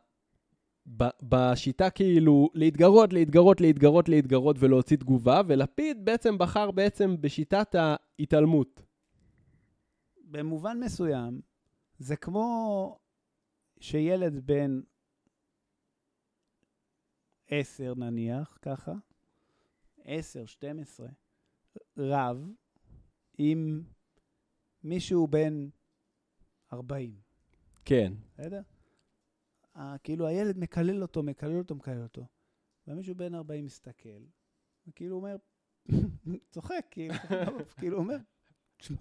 ב, בשיטה כאילו להתגרות, להתגרות, להתגרות, להתגרות ולהוציא תגובה, ולפיד בעצם בחר בעצם בשיטת ההתעלמות. במובן מסוים, זה כמו שילד בן עשר נניח, ככה, עשר, שתים עשרה, רב עם מישהו בן ארבעים. כן. בסדר? כאילו הילד מקלל אותו, מקלל אותו, מקלל אותו. ומישהו בן ארבעים מסתכל, וכאילו אומר, צוחק, כאילו, כאילו אומר, תשמע,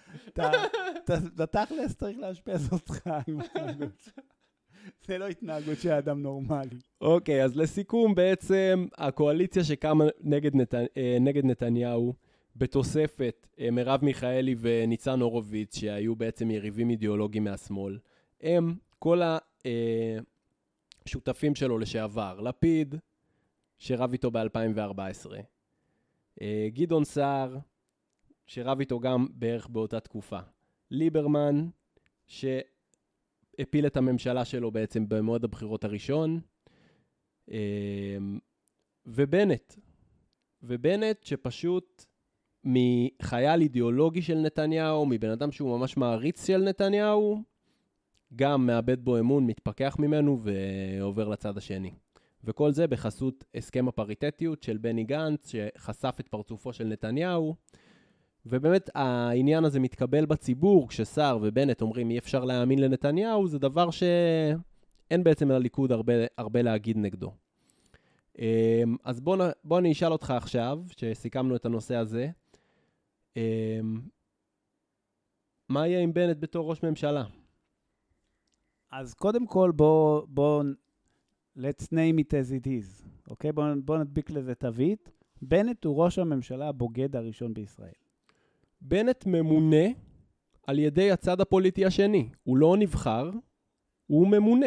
בתכלס צריך להשפיע אותך עם התנהגות. זה לא התנהגות של אדם נורמלי. אוקיי, אז לסיכום בעצם, הקואליציה שקמה נגד, נת... נגד נתניהו, בתוספת מרב מיכאלי וניצן הורוביץ, שהיו בעצם יריבים אידיאולוגיים מהשמאל, הם כל השותפים שלו לשעבר. לפיד, שרב איתו ב-אלפיים וארבע עשרה. גדעון סער, שרב איתו גם בערך באותה תקופה. ליברמן, שהפיל את הממשלה שלו בעצם במועד הבחירות הראשון. ובנט. ובנט שפשוט מחייל אידיאולוגי של נתניהו, מבן אדם שהוא ממש מעריץ של נתניהו, גם מאבד בו אמון, מתפכח ממנו ועובר לצד השני. וכל זה בחסות הסכם הפריטטיות של בני גנץ, שחשף את פרצופו של נתניהו. ובאמת העניין הזה מתקבל בציבור, כשסער ובנט אומרים אי אפשר להאמין לנתניהו, זה דבר שאין בעצם לליכוד הרבה, הרבה להגיד נגדו. אז בוא, בוא אני אשאל אותך עכשיו, שסיכמנו את הנושא הזה, מה יהיה עם בנט בתור ראש ממשלה? אז קודם כל בוא, בוא, let's name it as it is, אוקיי? בוא, בוא נדביק לזה תווית. בנט הוא ראש הממשלה הבוגד הראשון בישראל. בנט ממונה על ידי הצד הפוליטי השני. הוא לא נבחר, הוא ממונה.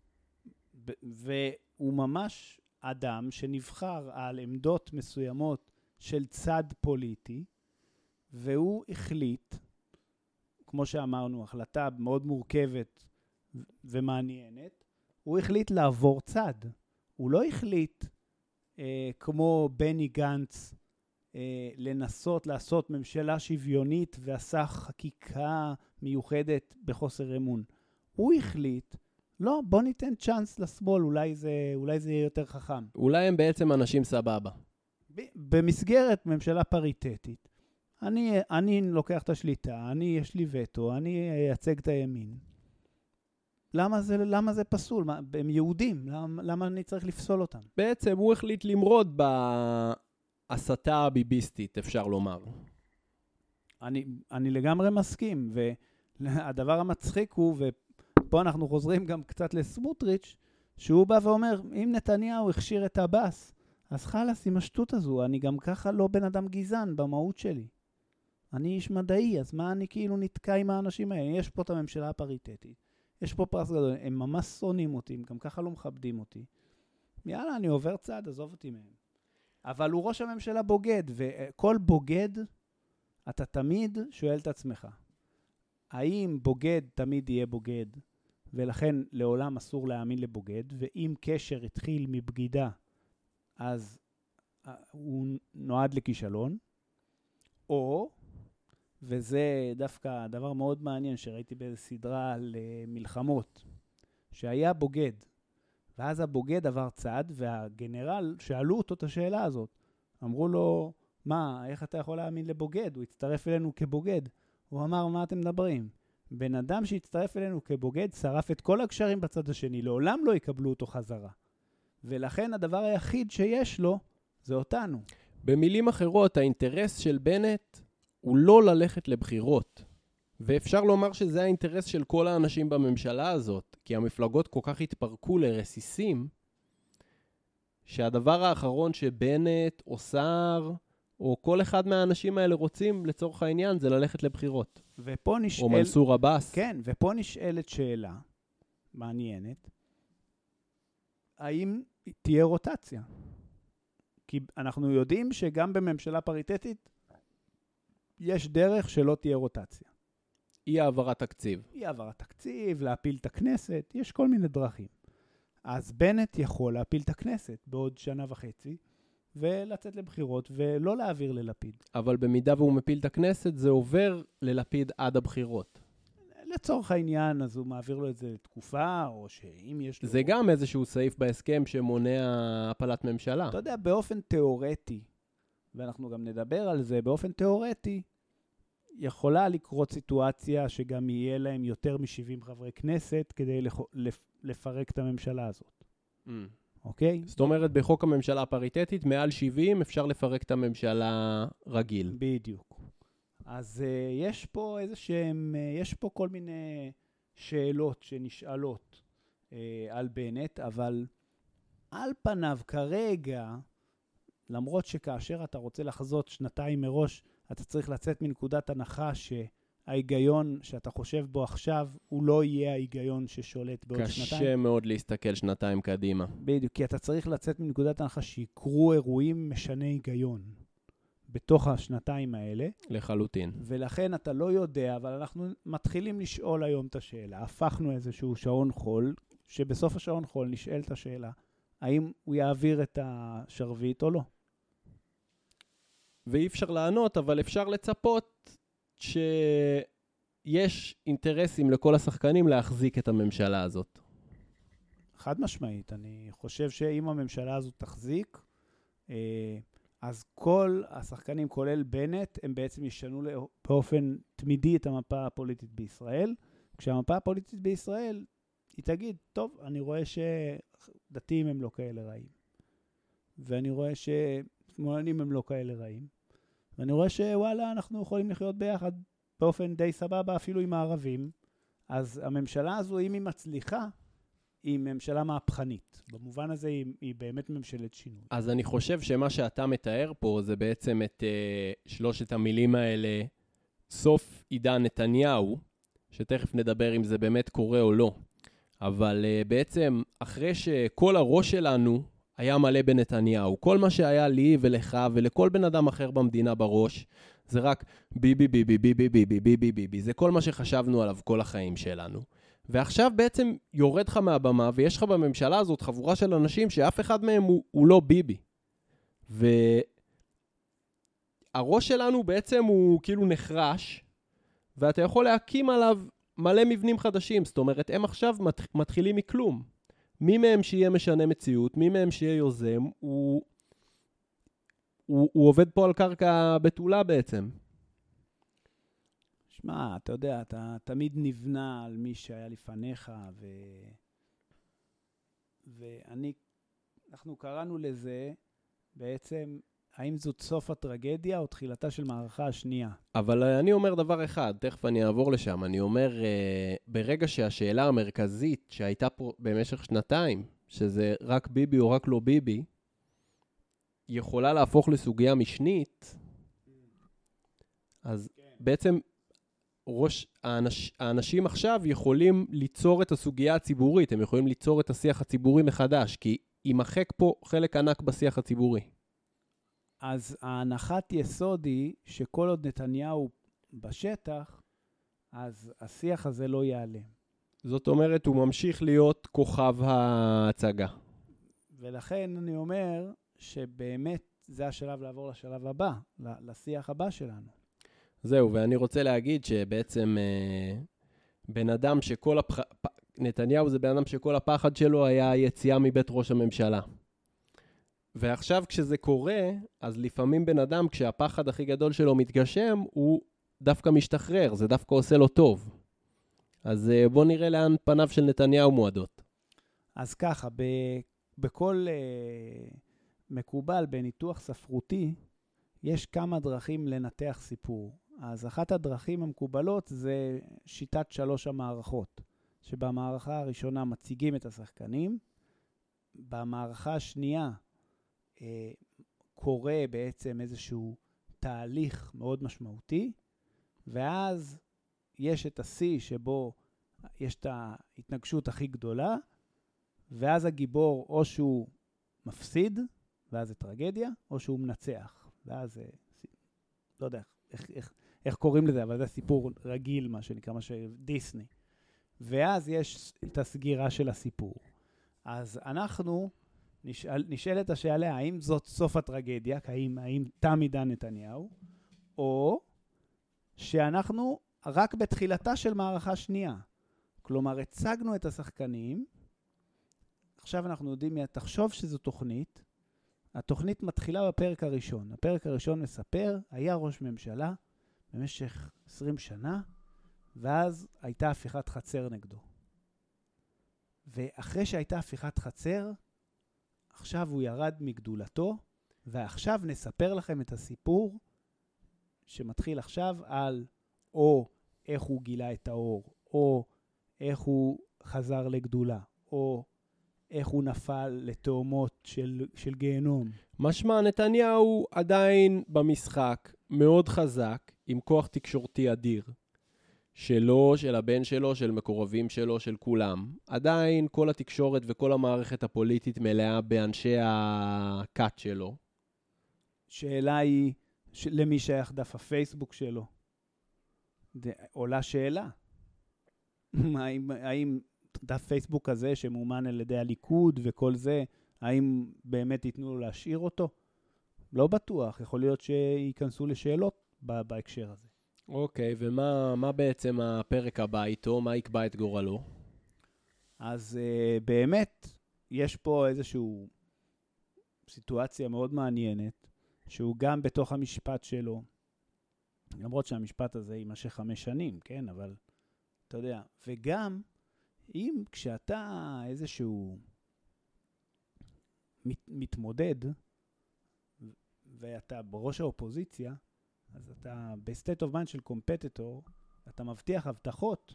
והוא ממש אדם שנבחר על עמדות מסוימות של צד פוליטי, והוא החליט, כמו שאמרנו, החלטה מאוד מורכבת ומעניינת, הוא החליט לעבור צד. הוא לא החליט, אה, כמו בני גנץ, אה, לנסות לעשות ממשלה שוויונית ועשה חקיקה מיוחדת בחוסר אמון. הוא החליט, לא, בוא ניתן צ'אנס לשמאל, אולי זה, אולי זה יהיה יותר חכם. אולי הם בעצם אנשים סבבה. ב- במסגרת ממשלה פריטטית, אני, אני לוקח את השליטה, אני, יש לי וטו, אני אייצג את הימין. למה זה, למה זה פסול? מה, הם יהודים, למה, למה אני צריך לפסול אותם? בעצם הוא החליט למרוד בהסתה הביביסטית, אפשר לומר. אני, אני לגמרי מסכים, והדבר המצחיק הוא, ופה אנחנו חוזרים גם קצת לסמוטריץ', שהוא בא ואומר, אם נתניהו הכשיר את הבאס, אז חלס עם השטות הזו, אני גם ככה לא בן אדם גזען במהות שלי. אני איש מדעי, אז מה אני כאילו נתקע עם האנשים האלה? יש פה את הממשלה הפריטטית, יש פה פרס גדול, הם ממש שונאים אותי, הם גם ככה לא מכבדים אותי. יאללה, אני עובר צעד, עזוב אותי מהם. אבל הוא ראש הממשלה בוגד, וכל בוגד, אתה תמיד שואל את עצמך, האם בוגד תמיד יהיה בוגד, ולכן לעולם אסור להאמין לבוגד, ואם קשר התחיל מבגידה, אז הוא נועד לכישלון, או, וזה דווקא דבר מאוד מעניין שראיתי באיזו סדרה על uh, מלחמות, שהיה בוגד, ואז הבוגד עבר צד, והגנרל שאלו אותו את השאלה הזאת, אמרו לו, מה, איך אתה יכול להאמין לבוגד? הוא הצטרף אלינו כבוגד. הוא אמר, מה אתם מדברים? בן אדם שהצטרף אלינו כבוגד, שרף את כל הקשרים בצד השני, לעולם לא יקבלו אותו חזרה. ולכן הדבר היחיד שיש לו, זה אותנו. במילים אחרות, האינטרס של בנט הוא לא ללכת לבחירות. ואפשר לומר שזה האינטרס של כל האנשים בממשלה הזאת, כי המפלגות כל כך התפרקו לרסיסים, שהדבר האחרון שבנט או סער, או כל אחד מהאנשים האלה רוצים לצורך העניין, זה ללכת לבחירות. ופה נשאל... או מנסור עבאס. כן, ופה נשאלת שאלה מעניינת, האם תהיה רוטציה? כי אנחנו יודעים שגם בממשלה פריטטית, יש דרך שלא תהיה רוטציה. אי העברת תקציב. אי העברת תקציב, להפיל את הכנסת, יש כל מיני דרכים. אז בנט יכול להפיל את הכנסת בעוד שנה וחצי, ולצאת לבחירות ולא להעביר ללפיד. אבל במידה והוא מפיל את הכנסת, זה עובר ללפיד עד הבחירות. לצורך העניין, אז הוא מעביר לו את זה לתקופה, או שאם יש לו... זה גם איזשהו סעיף בהסכם שמונע הפלת ממשלה. אתה יודע, באופן תיאורטי, ואנחנו גם נדבר על זה, באופן תיאורטי, יכולה לקרות סיטואציה שגם יהיה להם יותר מ-שבעים חברי כנסת כדי לפרק את הממשלה הזאת. Mm. אוקיי? זאת אומרת, בחוק הממשלה הפריטטית, מעל שבעים אפשר לפרק את הממשלה רגיל. בדיוק. אז uh, יש פה איזה שהם, uh, יש פה כל מיני שאלות שנשאלות uh, על בנט, אבל על פניו כרגע למרות שכאשר אתה רוצה לחזות שנתיים מראש, אתה צריך לצאת מנקודת הנחה שההיגיון שאתה חושב בו עכשיו, הוא לא יהיה ההיגיון ששולט בעוד קשה שנתיים. קשה מאוד להסתכל שנתיים קדימה. בדיוק, כי אתה צריך לצאת מנקודת הנחה שיקרו אירועים משנה היגיון בתוך השנתיים האלה. לחלוטין. ולכן אתה לא יודע, אבל אנחנו מתחילים לשאול היום את השאלה. הפכנו איזשהו שעון חול, שבסוף השעון חול נשאל את השאלה, האם הוא יעביר את השרביט או לא? ואי אפשר לענות, אבל אפשר לצפות שיש אינטרסים לכל השחקנים להחזיק את הממשלה הזאת. חד משמעית. אני חושב שאם הממשלה הזאת תחזיק, אז כל השחקנים, כולל בנט, הם בעצם ישנו באופן תמידי את המפה הפוליטית בישראל. כשהמפה הפוליטית בישראל, היא תגיד, טוב, אני רואה שדתיים הם לא כאלה רעים. ואני רואה ששמאלנים הם לא כאלה רעים. ואני רואה שוואלה, אנחנו יכולים לחיות ביחד באופן די סבבה, אפילו עם הערבים. אז הממשלה הזו, אם היא מצליחה, היא ממשלה מהפכנית. במובן הזה היא, היא באמת ממשלת שינוי. אז אני חושב שמה שאתה מתאר פה זה בעצם את uh, שלושת המילים האלה, סוף עידן נתניהו, שתכף נדבר אם זה באמת קורה או לא. אבל uh, בעצם אחרי שכל הראש שלנו היה מלא בנתניהו, כל מה שהיה לי ולך ולכל בן אדם אחר במדינה בראש, זה רק ביבי ביבי ביבי ביבי ביבי ביבי. זה כל מה שחשבנו עליו כל החיים שלנו. ועכשיו בעצם יורד לך מהבמה, ויש לך בממשלה הזאת חבורה של אנשים שאף אחד מהם הוא, הוא לא ביבי. והראש שלנו בעצם הוא כאילו נחרש, ואתה יכול להקים עליו מלא מבנים חדשים. זאת אומרת, הם עכשיו מתחילים מכלום. מי מהם שיהיה משנה מציאות, מי מהם שיהיה יוזם, הוא, הוא, הוא עובד פה על קרקע בתולה בעצם. שמע, אתה יודע, אתה תמיד נבנה על מי שהיה לפניך, ו... ואני, אנחנו קראנו לזה בעצם, האם זאת סוף הטרגדיה או תחילתה של מערכה השנייה? אבל אני אומר דבר אחד, תכף אני אעבור לשם, אני אומר, ברגע שהשאלה המרכזית שהייתה פה במשך שנתיים, שזה רק ביבי או רק לא ביבי, יכולה להפוך לסוגיה משנית, אז בעצם ראש, האנש, האנשים עכשיו יכולים ליצור את הסוגיה הציבורית, הם יכולים ליצור את השיח הציבורי מחדש, כי יימחק פה חלק ענק בשיח הציבורי. אז ההנחת יסוד היא שכל עוד נתניהו בשטח, אז השיח הזה לא יעלה. זאת אומרת, הוא ממשיך להיות כוכב ההצגה. ולכן אני אומר שבאמת זה השלב לעבור לשלב הבא, לשיח הבא שלנו. זהו, ואני רוצה להגיד שבעצם אה, בן אדם שכל הפח... נתניהו זה בן אדם שכל הפחד שלו היה יציאה מבית ראש הממשלה. ועכשיו כשזה קורה, אז לפעמים בן אדם, כשהפחד הכי גדול שלו מתגשם, הוא דווקא משתחרר, זה דווקא עושה לו טוב. אז אה, בוא נראה לאן פניו של נתניהו מועדות. אז ככה, ב- בכל אה, מקובל בניתוח ספרותי, יש כמה דרכים לנתח סיפור. אז אחת הדרכים המקובלות זה שיטת שלוש המערכות, שבמערכה הראשונה מציגים את השחקנים, במערכה השנייה אה, קורה בעצם איזשהו תהליך מאוד משמעותי, ואז יש את השיא שבו יש את ההתנגשות הכי גדולה, ואז הגיבור או שהוא מפסיד, ואז זה טרגדיה, או שהוא מנצח, ואז זה, לא יודע איך, איך, איך קוראים לזה, אבל זה סיפור רגיל, מה שנקרא, מה שדיסני. ואז יש את הסגירה של הסיפור. אז אנחנו נשאל, נשאלת השאלה, האם זאת סוף הטרגדיה, האם, האם תם עידן נתניהו, או שאנחנו רק בתחילתה של מערכה שנייה. כלומר, הצגנו את השחקנים, עכשיו אנחנו יודעים, תחשוב שזו תוכנית, התוכנית מתחילה בפרק הראשון. הפרק הראשון מספר, היה ראש ממשלה במשך עשרים שנה, ואז הייתה הפיכת חצר נגדו. ואחרי שהייתה הפיכת חצר, עכשיו הוא ירד מגדולתו, ועכשיו נספר לכם את הסיפור שמתחיל עכשיו על או איך הוא גילה את האור, או איך הוא חזר לגדולה, או איך הוא נפל לתאומות של, של גיהנום. משמע, נתניהו עדיין במשחק מאוד חזק, עם כוח תקשורתי אדיר. שלו, של הבן שלו, של מקורבים שלו, של כולם. עדיין כל התקשורת וכל המערכת הפוליטית מלאה באנשי הקאט שלו. שאלה היא, ש... למי שייך דף הפייסבוק שלו? ד... עולה שאלה. האם, האם דף פייסבוק הזה שמאומן על ידי הליכוד וכל זה, האם באמת ייתנו לו להשאיר אותו? לא בטוח. יכול להיות שייכנסו לשאלות בהקשר הזה. אוקיי, ומה מה בעצם הפרק הבא איתו? מה יקבע את גורלו? אז uh, באמת, יש פה איזושהי סיטואציה מאוד מעניינת, שהוא גם בתוך המשפט שלו, למרות שהמשפט הזה יימשך חמש שנים, כן? אבל אתה יודע, וגם אם כשאתה איזשהו מת, מתמודד, ואתה בראש האופוזיציה, אז אתה בסטייט אוף מיינד של קומפטיטור, אתה מבטיח הבטחות,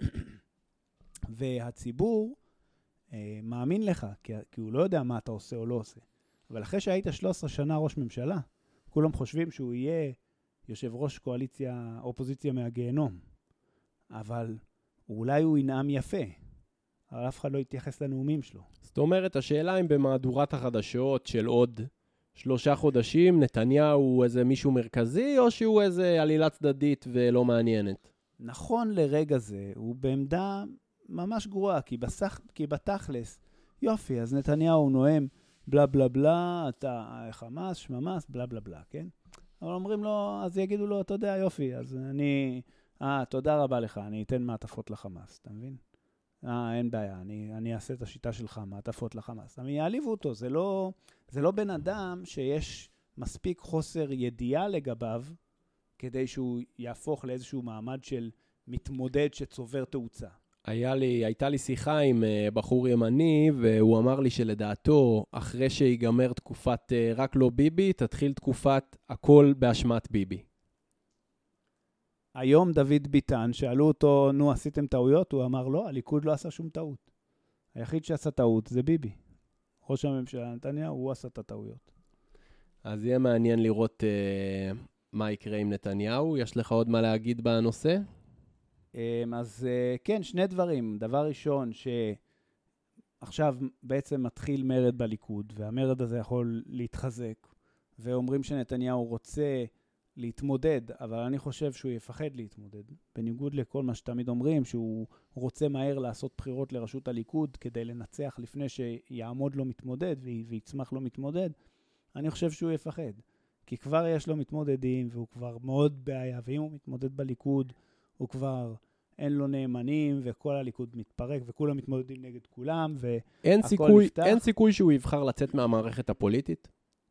והציבור אה, מאמין לך, כי, כי הוא לא יודע מה אתה עושה או לא עושה. אבל אחרי שהיית שלוש עשרה שנה ראש ממשלה, כולם חושבים שהוא יהיה יושב ראש קואליציה, אופוזיציה מהגיהנום. אבל אולי הוא ינאם יפה, אבל אף אחד לא יתייחס לנאומים שלו. זאת אומרת, השאלה אם במהדורת החדשות של עוד שלושה חודשים, נתניהו הוא איזה מישהו מרכזי, או שהוא איזה עלילה צדדית ולא מעניינת? נכון לרגע זה, הוא בעמדה ממש גרועה, כי, בסך, כי בתכלס, יופי, אז נתניהו נואם בלה בלה בלה, אתה חמאס, שממס, בלה בלה בלה, כן? אבל אומרים לו, אז יגידו לו, אתה יודע, יופי, אז אני, אה, תודה רבה לך, אני אתן מעטפות לחמאס, אתה מבין? אה, אין בעיה, אני, אני אעשה את השיטה שלך, מעטפות לחמאס. אבל יעליבו אותו, זה לא, זה לא בן אדם שיש מספיק חוסר ידיעה לגביו, כדי שהוא יהפוך לאיזשהו מעמד של מתמודד שצובר תאוצה. היה לי, הייתה לי שיחה עם uh, בחור ימני, והוא אמר לי שלדעתו, אחרי שיגמר תקופת uh, רק לא ביבי, תתחיל תקופת הכל באשמת ביבי. היום דוד ביטן, שאלו אותו, נו, עשיתם טעויות? הוא אמר, לא, הליכוד לא עשה שום טעות. היחיד שעשה טעות זה ביבי. ראש הממשלה נתניהו, הוא עשה את הטעויות. אז יהיה מעניין לראות uh, מה יקרה עם נתניהו. יש לך עוד מה להגיד בנושא? אז כן, שני דברים. דבר ראשון, שעכשיו בעצם מתחיל מרד בליכוד, והמרד הזה יכול להתחזק, ואומרים שנתניהו רוצה להתמודד, אבל אני חושב שהוא יפחד להתמודד. בניגוד לכל מה שתמיד אומרים, שהוא רוצה מהר לעשות בחירות לראשות הליכוד, כדי לנצח לפני שיעמוד לו מתמודד, ויצמח לו מתמודד, אני חושב שהוא יפחד. כי כבר יש לו מתמודדים, והוא כבר מאוד בעיה, ואם הוא מתמודד בליכוד, הוא כבר אין לו נאמנים, וכל הליכוד מתפרק, וכולם מתמודדים נגד כולם, והכל סיכוי, נפתח. אין סיכוי שהוא יבחר לצאת מהמערכת הפוליטית?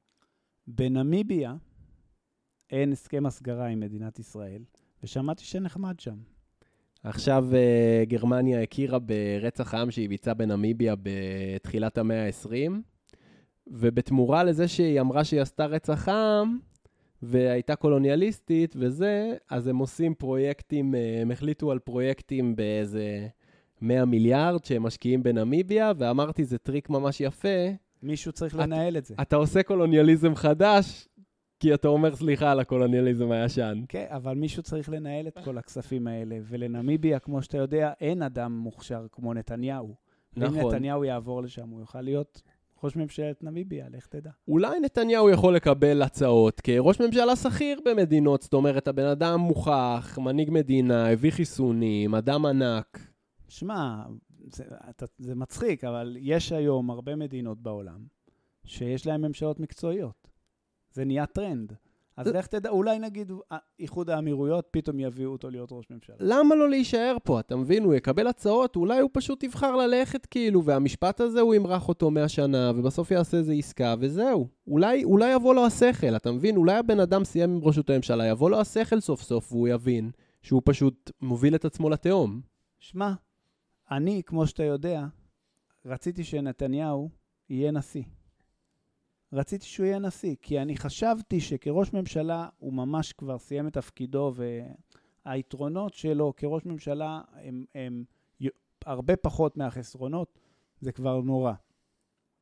בנמיביה אין הסכם הסגרה עם מדינת ישראל, ושמעתי שנחמד שם. עכשיו uh, גרמניה הכירה ברצח העם שהיא ביצעה בנמיביה בתחילת המאה ה-עשרים, ובתמורה לזה שהיא אמרה שהיא עשתה רצח העם, והייתה קולוניאליסטית וזה, אז הם עושים פרויקטים, הם החליטו על פרויקטים באיזה מאה מיליארד שהם משקיעים בנמיביה, ואמרתי, זה טריק ממש יפה. מישהו צריך לנהל את זה. אתה עושה קולוניאליזם חדש, כי אתה אומר סליחה על הקולוניאליזם הישן. כן, אבל מישהו צריך לנהל את כל הכספים האלה, ולנמיביה, כמו שאתה יודע, אין אדם מוכשר כמו נתניהו. נכון. אם נתניהו יעבור לשם, הוא יוכל להיות ראש ממשלת נמיביה, לך תדע. אולי נתניהו יכול לקבל הצעות כראש ממשלה שכיר במדינות, זאת אומרת, הבן אדם מוכח, מנהיג מדינה, הביא חיסונים, אדם ענק. שמע, זה, זה מצחיק, אבל יש היום הרבה מדינות בעולם שיש להם ממשלות מקצועיות. זה נהיה טרנד. אז לך תדע, אולי נגיד, איחוד האמירויות פתאום יביאו אותו להיות ראש ממשלה. למה לא להישאר פה? אתה מבין, הוא יקבל הצעות, אולי הוא פשוט יבחר ללכת כאילו, והמשפט הזה הוא ימרח אותו מאה שנה, ובסוף יעשה איזה עסקה, וזהו. אולי, אולי יבוא לו השכל, אתה מבין? אולי הבן אדם סיים עם ראשות הממשלה, יבוא לו השכל סוף סוף, והוא יבין שהוא פשוט מוביל את עצמו לתהום. שמע, אני, כמו שאתה יודע, רציתי שנתניהו יהיה נשיא. רציתי שהוא יהיה נשיא, כי אני חשבתי שכראש ממשלה הוא ממש כבר סיים את תפקידו, והיתרונות שלו כראש ממשלה הם, הם הרבה פחות מהחסרונות, זה כבר נורא.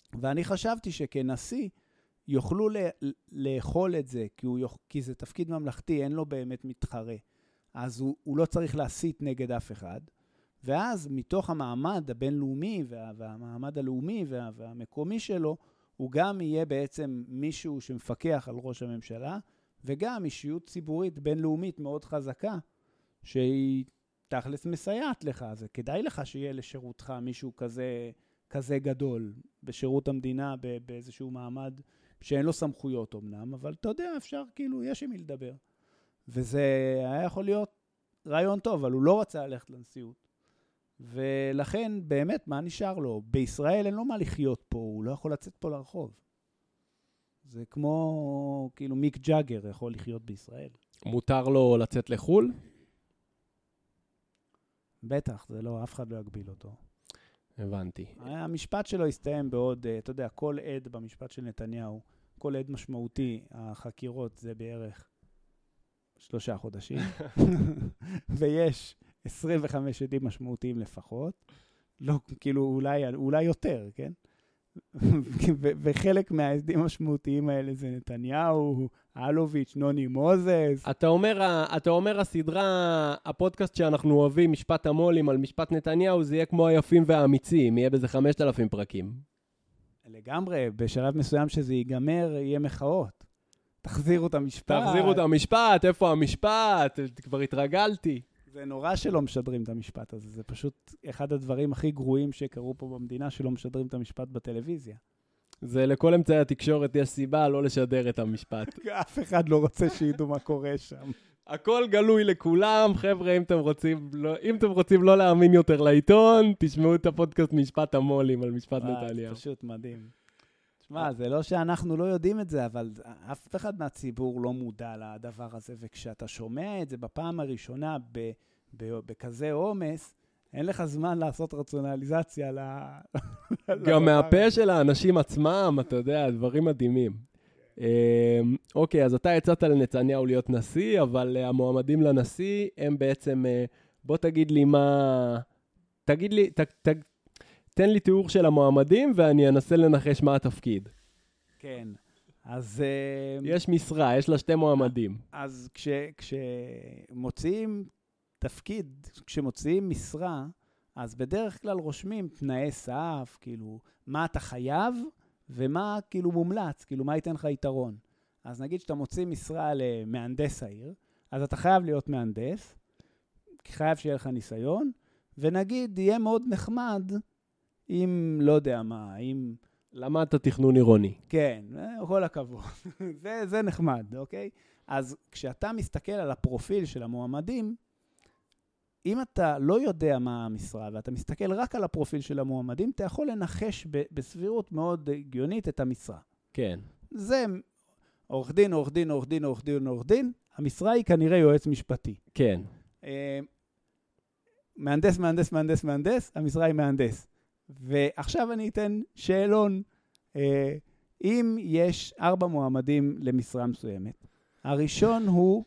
ואני חשבתי שכנשיא יוכלו לאכול את זה, כי, הוא, כי זה תפקיד ממלכתי, אין לו באמת מתחרה. אז הוא, הוא לא צריך להסית נגד אף אחד. ואז מתוך המעמד הבינלאומי וה, והמעמד הלאומי וה, והמקומי שלו, הוא גם יהיה בעצם מישהו שמפקח על ראש הממשלה, וגם אישיות ציבורית בינלאומית מאוד חזקה, שהיא תכלס מסייעת לך. אז כדאי לך שיהיה לשירותך מישהו כזה, כזה גדול, בשירות המדינה, באיזשהו מעמד שאין לו סמכויות אמנם, אבל אתה יודע, אפשר כאילו, יש עם מי לדבר. וזה היה יכול להיות רעיון טוב, אבל הוא לא רצה ללכת לנשיאות. ולכן, באמת, מה נשאר לו? בישראל אין לו מה לחיות פה, הוא לא יכול לצאת פה לרחוב. זה כמו, כאילו, מיק ג'אגר יכול לחיות בישראל. מותר לו לצאת לחול? בטח, זה לא, אף אחד לא יגביל אותו. הבנתי. המשפט שלו הסתיים בעוד, אתה יודע, כל עד במשפט של נתניהו, כל עד משמעותי, החקירות זה בערך שלושה חודשים, ויש עשרים וחמישה עדים משמעותיים לפחות, לא, כאילו אולי, אולי יותר, כן? וחלק מהעדים המשמעותיים האלה זה נתניהו, אלוביץ', נוני מוזס. אתה אומר, אתה אומר הסדרה, הפודקאסט שאנחנו אוהבים, משפט המולים על משפט נתניהו, זה יהיה כמו היפים והאמיצים, יהיה בזה חמשת אלפים פרקים. לגמרי, בשלב מסוים שזה ייגמר, יהיה מחאות. תחזירו את המשפט. תחזירו את המשפט, איפה המשפט? כבר התרגלתי. זה נורא שלא משדרים את המשפט הזה, זה פשוט אחד הדברים הכי גרועים שקרו פה במדינה, שלא משדרים את המשפט בטלוויזיה. זה לכל אמצעי התקשורת יש סיבה לא לשדר את המשפט. אף אחד לא רוצה שידעו מה קורה שם. הכל גלוי לכולם, חבר'ה, אם אתם רוצים לא, אם אתם רוצים לא להאמין יותר לעיתון, תשמעו את הפודקאסט משפט המולים על משפט נתניהו. זה פשוט מדהים. תשמע, זה לא שאנחנו לא יודעים את זה, אבל אף אחד מהציבור לא מודע לדבר הזה, וכשאתה שומע את זה בפעם הראשונה ב, ב, בכזה עומס, אין לך זמן לעשות רציונליזציה ל... גם מהפה של האנשים עצמם, אתה יודע, דברים מדהימים. אוקיי, אז אתה יצאת לנתניהו להיות נשיא, אבל המועמדים לנשיא הם בעצם, בוא תגיד לי מה... תגיד לי, ת, ת, תן לי תיאור של המועמדים, ואני אנסה לנחש מה התפקיד. כן, אז... יש משרה, יש לה שתי מועמדים. אז כש, כשמוציאים תפקיד, כשמוציאים משרה, אז בדרך כלל רושמים תנאי סף, כאילו, מה אתה חייב, ומה כאילו מומלץ, כאילו, מה ייתן לך יתרון. אז נגיד שאתה מוציא משרה למהנדס העיר, אז אתה חייב להיות מהנדס, כי חייב שיהיה לך ניסיון, ונגיד, יהיה מאוד נחמד, אם, לא יודע מה, אם... למדת תכנון עירוני. כן, כל הכבוד. זה, זה נחמד, אוקיי? אז כשאתה מסתכל על הפרופיל של המועמדים, אם אתה לא יודע מה המשרה, ואתה מסתכל רק על הפרופיל של המועמדים, אתה יכול לנחש ב- בסבירות מאוד הגיונית את המשרה. כן. זה עורך דין, עורך דין, עורך דין, עורך דין, עורך דין. המשרה היא כנראה יועץ משפטי. כן. אה, מהנדס, מהנדס, מהנדס, מהנדס, המשרה היא מהנדס. ועכשיו אני אתן שאלון. אה, אם יש ארבע מועמדים למשרה מסוימת, הראשון הוא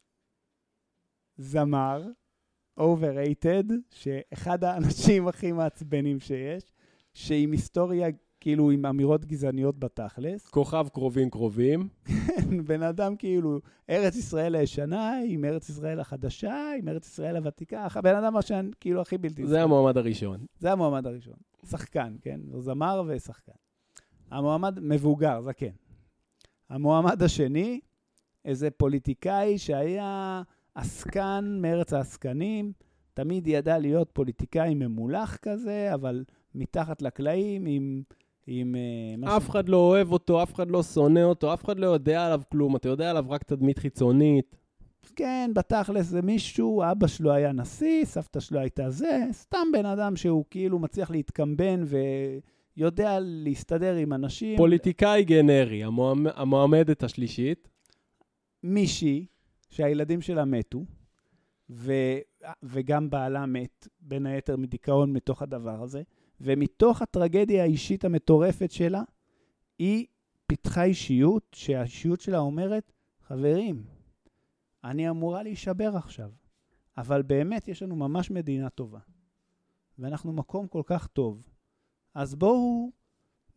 זמר, overrated, שאחד האנשים הכי מעצבנים שיש, שעם היסטוריה, כאילו עם אמירות גזעניות בתכלס. כוכב קרובים קרובים. בן אדם כאילו, ארץ ישראל הישנה, עם ארץ ישראל החדשה, עם ארץ ישראל הוותיקה, בן אדם השן, כאילו הכי בלתי. זה המועמד הראשון. זה המועמד הראשון. שחקן, כן? הוא זמר ושחקן. המועמד מבוגר, זה כן. המועמד השני, איזה פוליטיקאי שהיה עסקן מארץ העסקנים, תמיד ידע להיות פוליטיקאי ממולח כזה, אבל מתחת לקלעים עם... עם אף אחד לא אוהב אותו, אף אחד לא שונא אותו, אף אחד לא יודע עליו כלום, אתה יודע עליו רק תדמית חיצונית. כן, בתכלס זה מישהו, אבא שלו היה נשיא, סבתא שלו הייתה זה, סתם בן אדם שהוא כאילו מצליח להתקמבן ויודע להסתדר עם אנשים. פוליטיקאי גנרי, המועמד, המועמדת השלישית. מישהי שהילדים שלה מתו, ו, וגם בעלה מת, בין היתר מדיכאון מתוך הדבר הזה, ומתוך הטרגדיה האישית המטורפת שלה, היא פיתחה אישיות, שהאישיות שלה אומרת, חברים, אני אמורה להישבר עכשיו, אבל באמת יש לנו ממש מדינה טובה, ואנחנו מקום כל כך טוב, אז בואו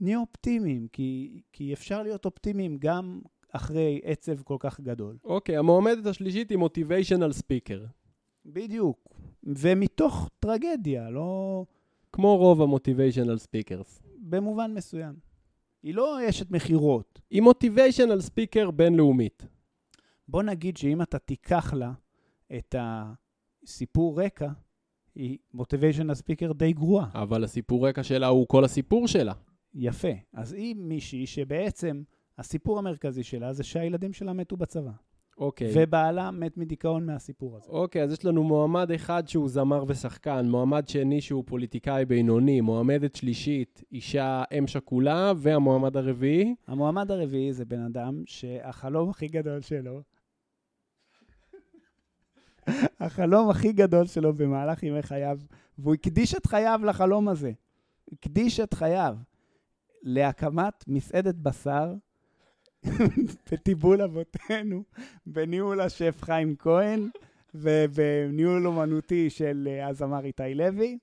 נהיה אופטימיים, כי, כי אפשר להיות אופטימיים גם אחרי עצב כל כך גדול. אוקיי, המועמדת השלישית היא motivational speaker. בדיוק. ומתוך טרגדיה, לא... כמו רוב ה-motivational speakers. במובן מסוים. היא לא אשת מחירות. היא motivational speaker בינלאומית. בוא נגיד שאם אתה תיקח לה את הסיפור רקע, היא motivational speaker די גרועה. אבל הסיפור רקע שלה הוא כל הסיפור שלה. יפה. אז היא מישהי שבעצם הסיפור המרכזי שלה זה שהילדים שלה מתו בצבא. אוקיי. ובעלה מת מדיכאון מהסיפור הזה. אוקיי, אז יש לנו מועמד אחד שהוא זמר ושחקן, מועמד שני שהוא פוליטיקאי בינוני, מועמדת שלישית, אישה אם שכולה, והמועמד הרביעי? המועמד הרביעי זה בן אדם שהחלום הכי גדול שלו, החלום הכי גדול שלו במהלך ימי חייו, והוא הקדיש את חייו לחלום הזה. הקדיש את חייו להקמת מסעדת בשר, בטיבול אבותינו, בניהול השף חיים כהן, ובניהול אומנותי של הזמר איתי לוי.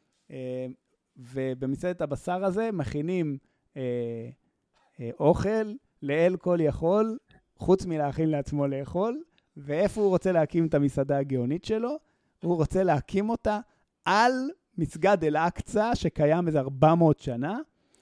ובמסעדת הבשר הזה מכינים אה, אה, אוכל לאל כל יכול, חוץ מלהכין לעצמו לאכול. ואיפה הוא רוצה להקים את המסעדה הגאונית שלו? הוא רוצה להקים אותה על מסגד אל-אקצא, שקיים איזה ארבע מאות שנה,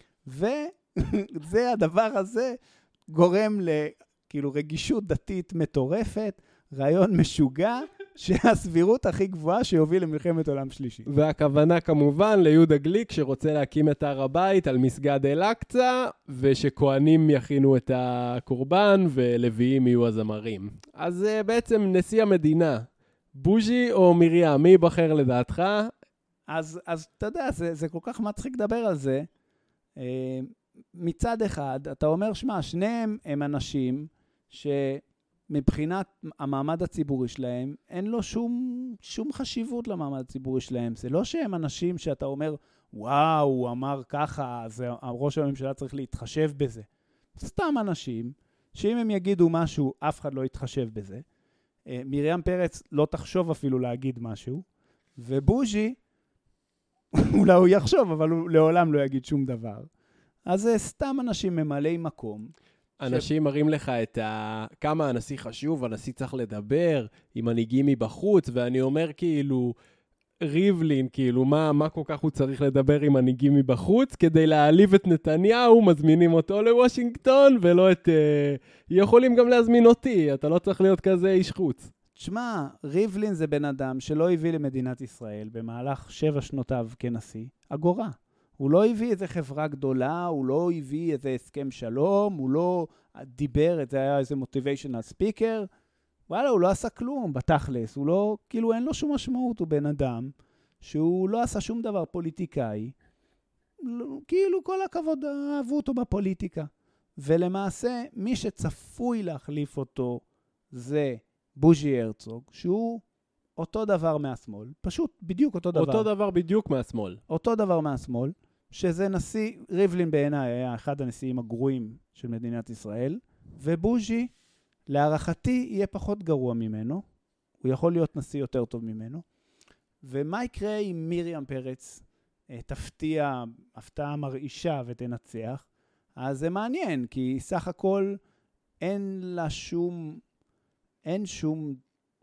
וזה הדבר הזה גורם לכאילו רגישות דתית מטורפת, רעיון משוגע, שהסבירות הכי גבוהה שיוביל למלחמת עולם שלישי. והכוונה כמובן ליהודה גליק שרוצה להקים את הר הבית על מסגד אל-אקצא, ושכהנים יכינו את הקורבן ולוויים יהיו הזמרים. אז uh, בעצם נשיא המדינה, בוז'י או מרים, מי ייבחר לדעתך? אז, אז אתה יודע, זה, זה כל כך מצחיק לדבר על זה. אה, מצד אחד, אתה אומר, שמה, שניהם הם אנשים ש... מבחינת המעמד הציבורי שלהם, אין לו שום, שום חשיבות למעמד הציבורי שלהם. זה לא שהם אנשים שאתה אומר, וואו, הוא אמר ככה, אז ראש הממשלה צריך להתחשב בזה. סתם אנשים, שאם הם יגידו משהו, אף אחד לא יתחשב בזה. מרים פרץ לא תחשוב אפילו להגיד משהו, ובוז'י, אולי הוא יחשוב, אבל הוא לעולם לא יגיד שום דבר. אז זה סתם אנשים ממלאי מקום, אנשים מראים לך את ה... כמה הנשיא חשוב, הנשיא צריך לדבר עם מנהיגים מבחוץ, ואני אומר כאילו, ריבלין, כאילו, מה, מה כל כך הוא צריך לדבר עם מנהיגים מבחוץ? כדי להעליב את נתניהו, מזמינים אותו לוושינגטון, ולא את... Uh, יכולים גם להזמין אותי, אתה לא צריך להיות כזה איש חוץ. תשמע, ריבלין זה בן אדם שלא הביא למדינת ישראל, במהלך שבע שנותיו כנשיא, אגורה. הוא לא הביא איזה חברה גדולה, הוא לא הביא איזה הסכם שלום, הוא לא דיבר, זה היה איזה motivational speaker, וואלה, הוא לא עשה כלום בתכלס, הוא לא, כאילו אין לו שום משמעות, הוא בן אדם שהוא לא עשה שום דבר פוליטיקאי, לא, כאילו כל הכבוד אהבו אותו בפוליטיקה. ולמעשה, מי שצפוי להחליף אותו זה בוז'י הרצוג, שהוא אותו דבר מהשמאל, פשוט בדיוק אותו דבר. אותו דבר בדיוק מהשמאל. אותו דבר מהשמאל, שזה נשיא, ריבלין בעיניי היה אחד הנשיאים הגרועים של מדינת ישראל, ובוז'י, להערכתי, יהיה פחות גרוע ממנו, הוא יכול להיות נשיא יותר טוב ממנו, ומה יקרה אם מרים פרץ תפתיע, הפתעה מרעישה ותנצח? אז זה מעניין, כי סך הכל אין לה שום, אין שום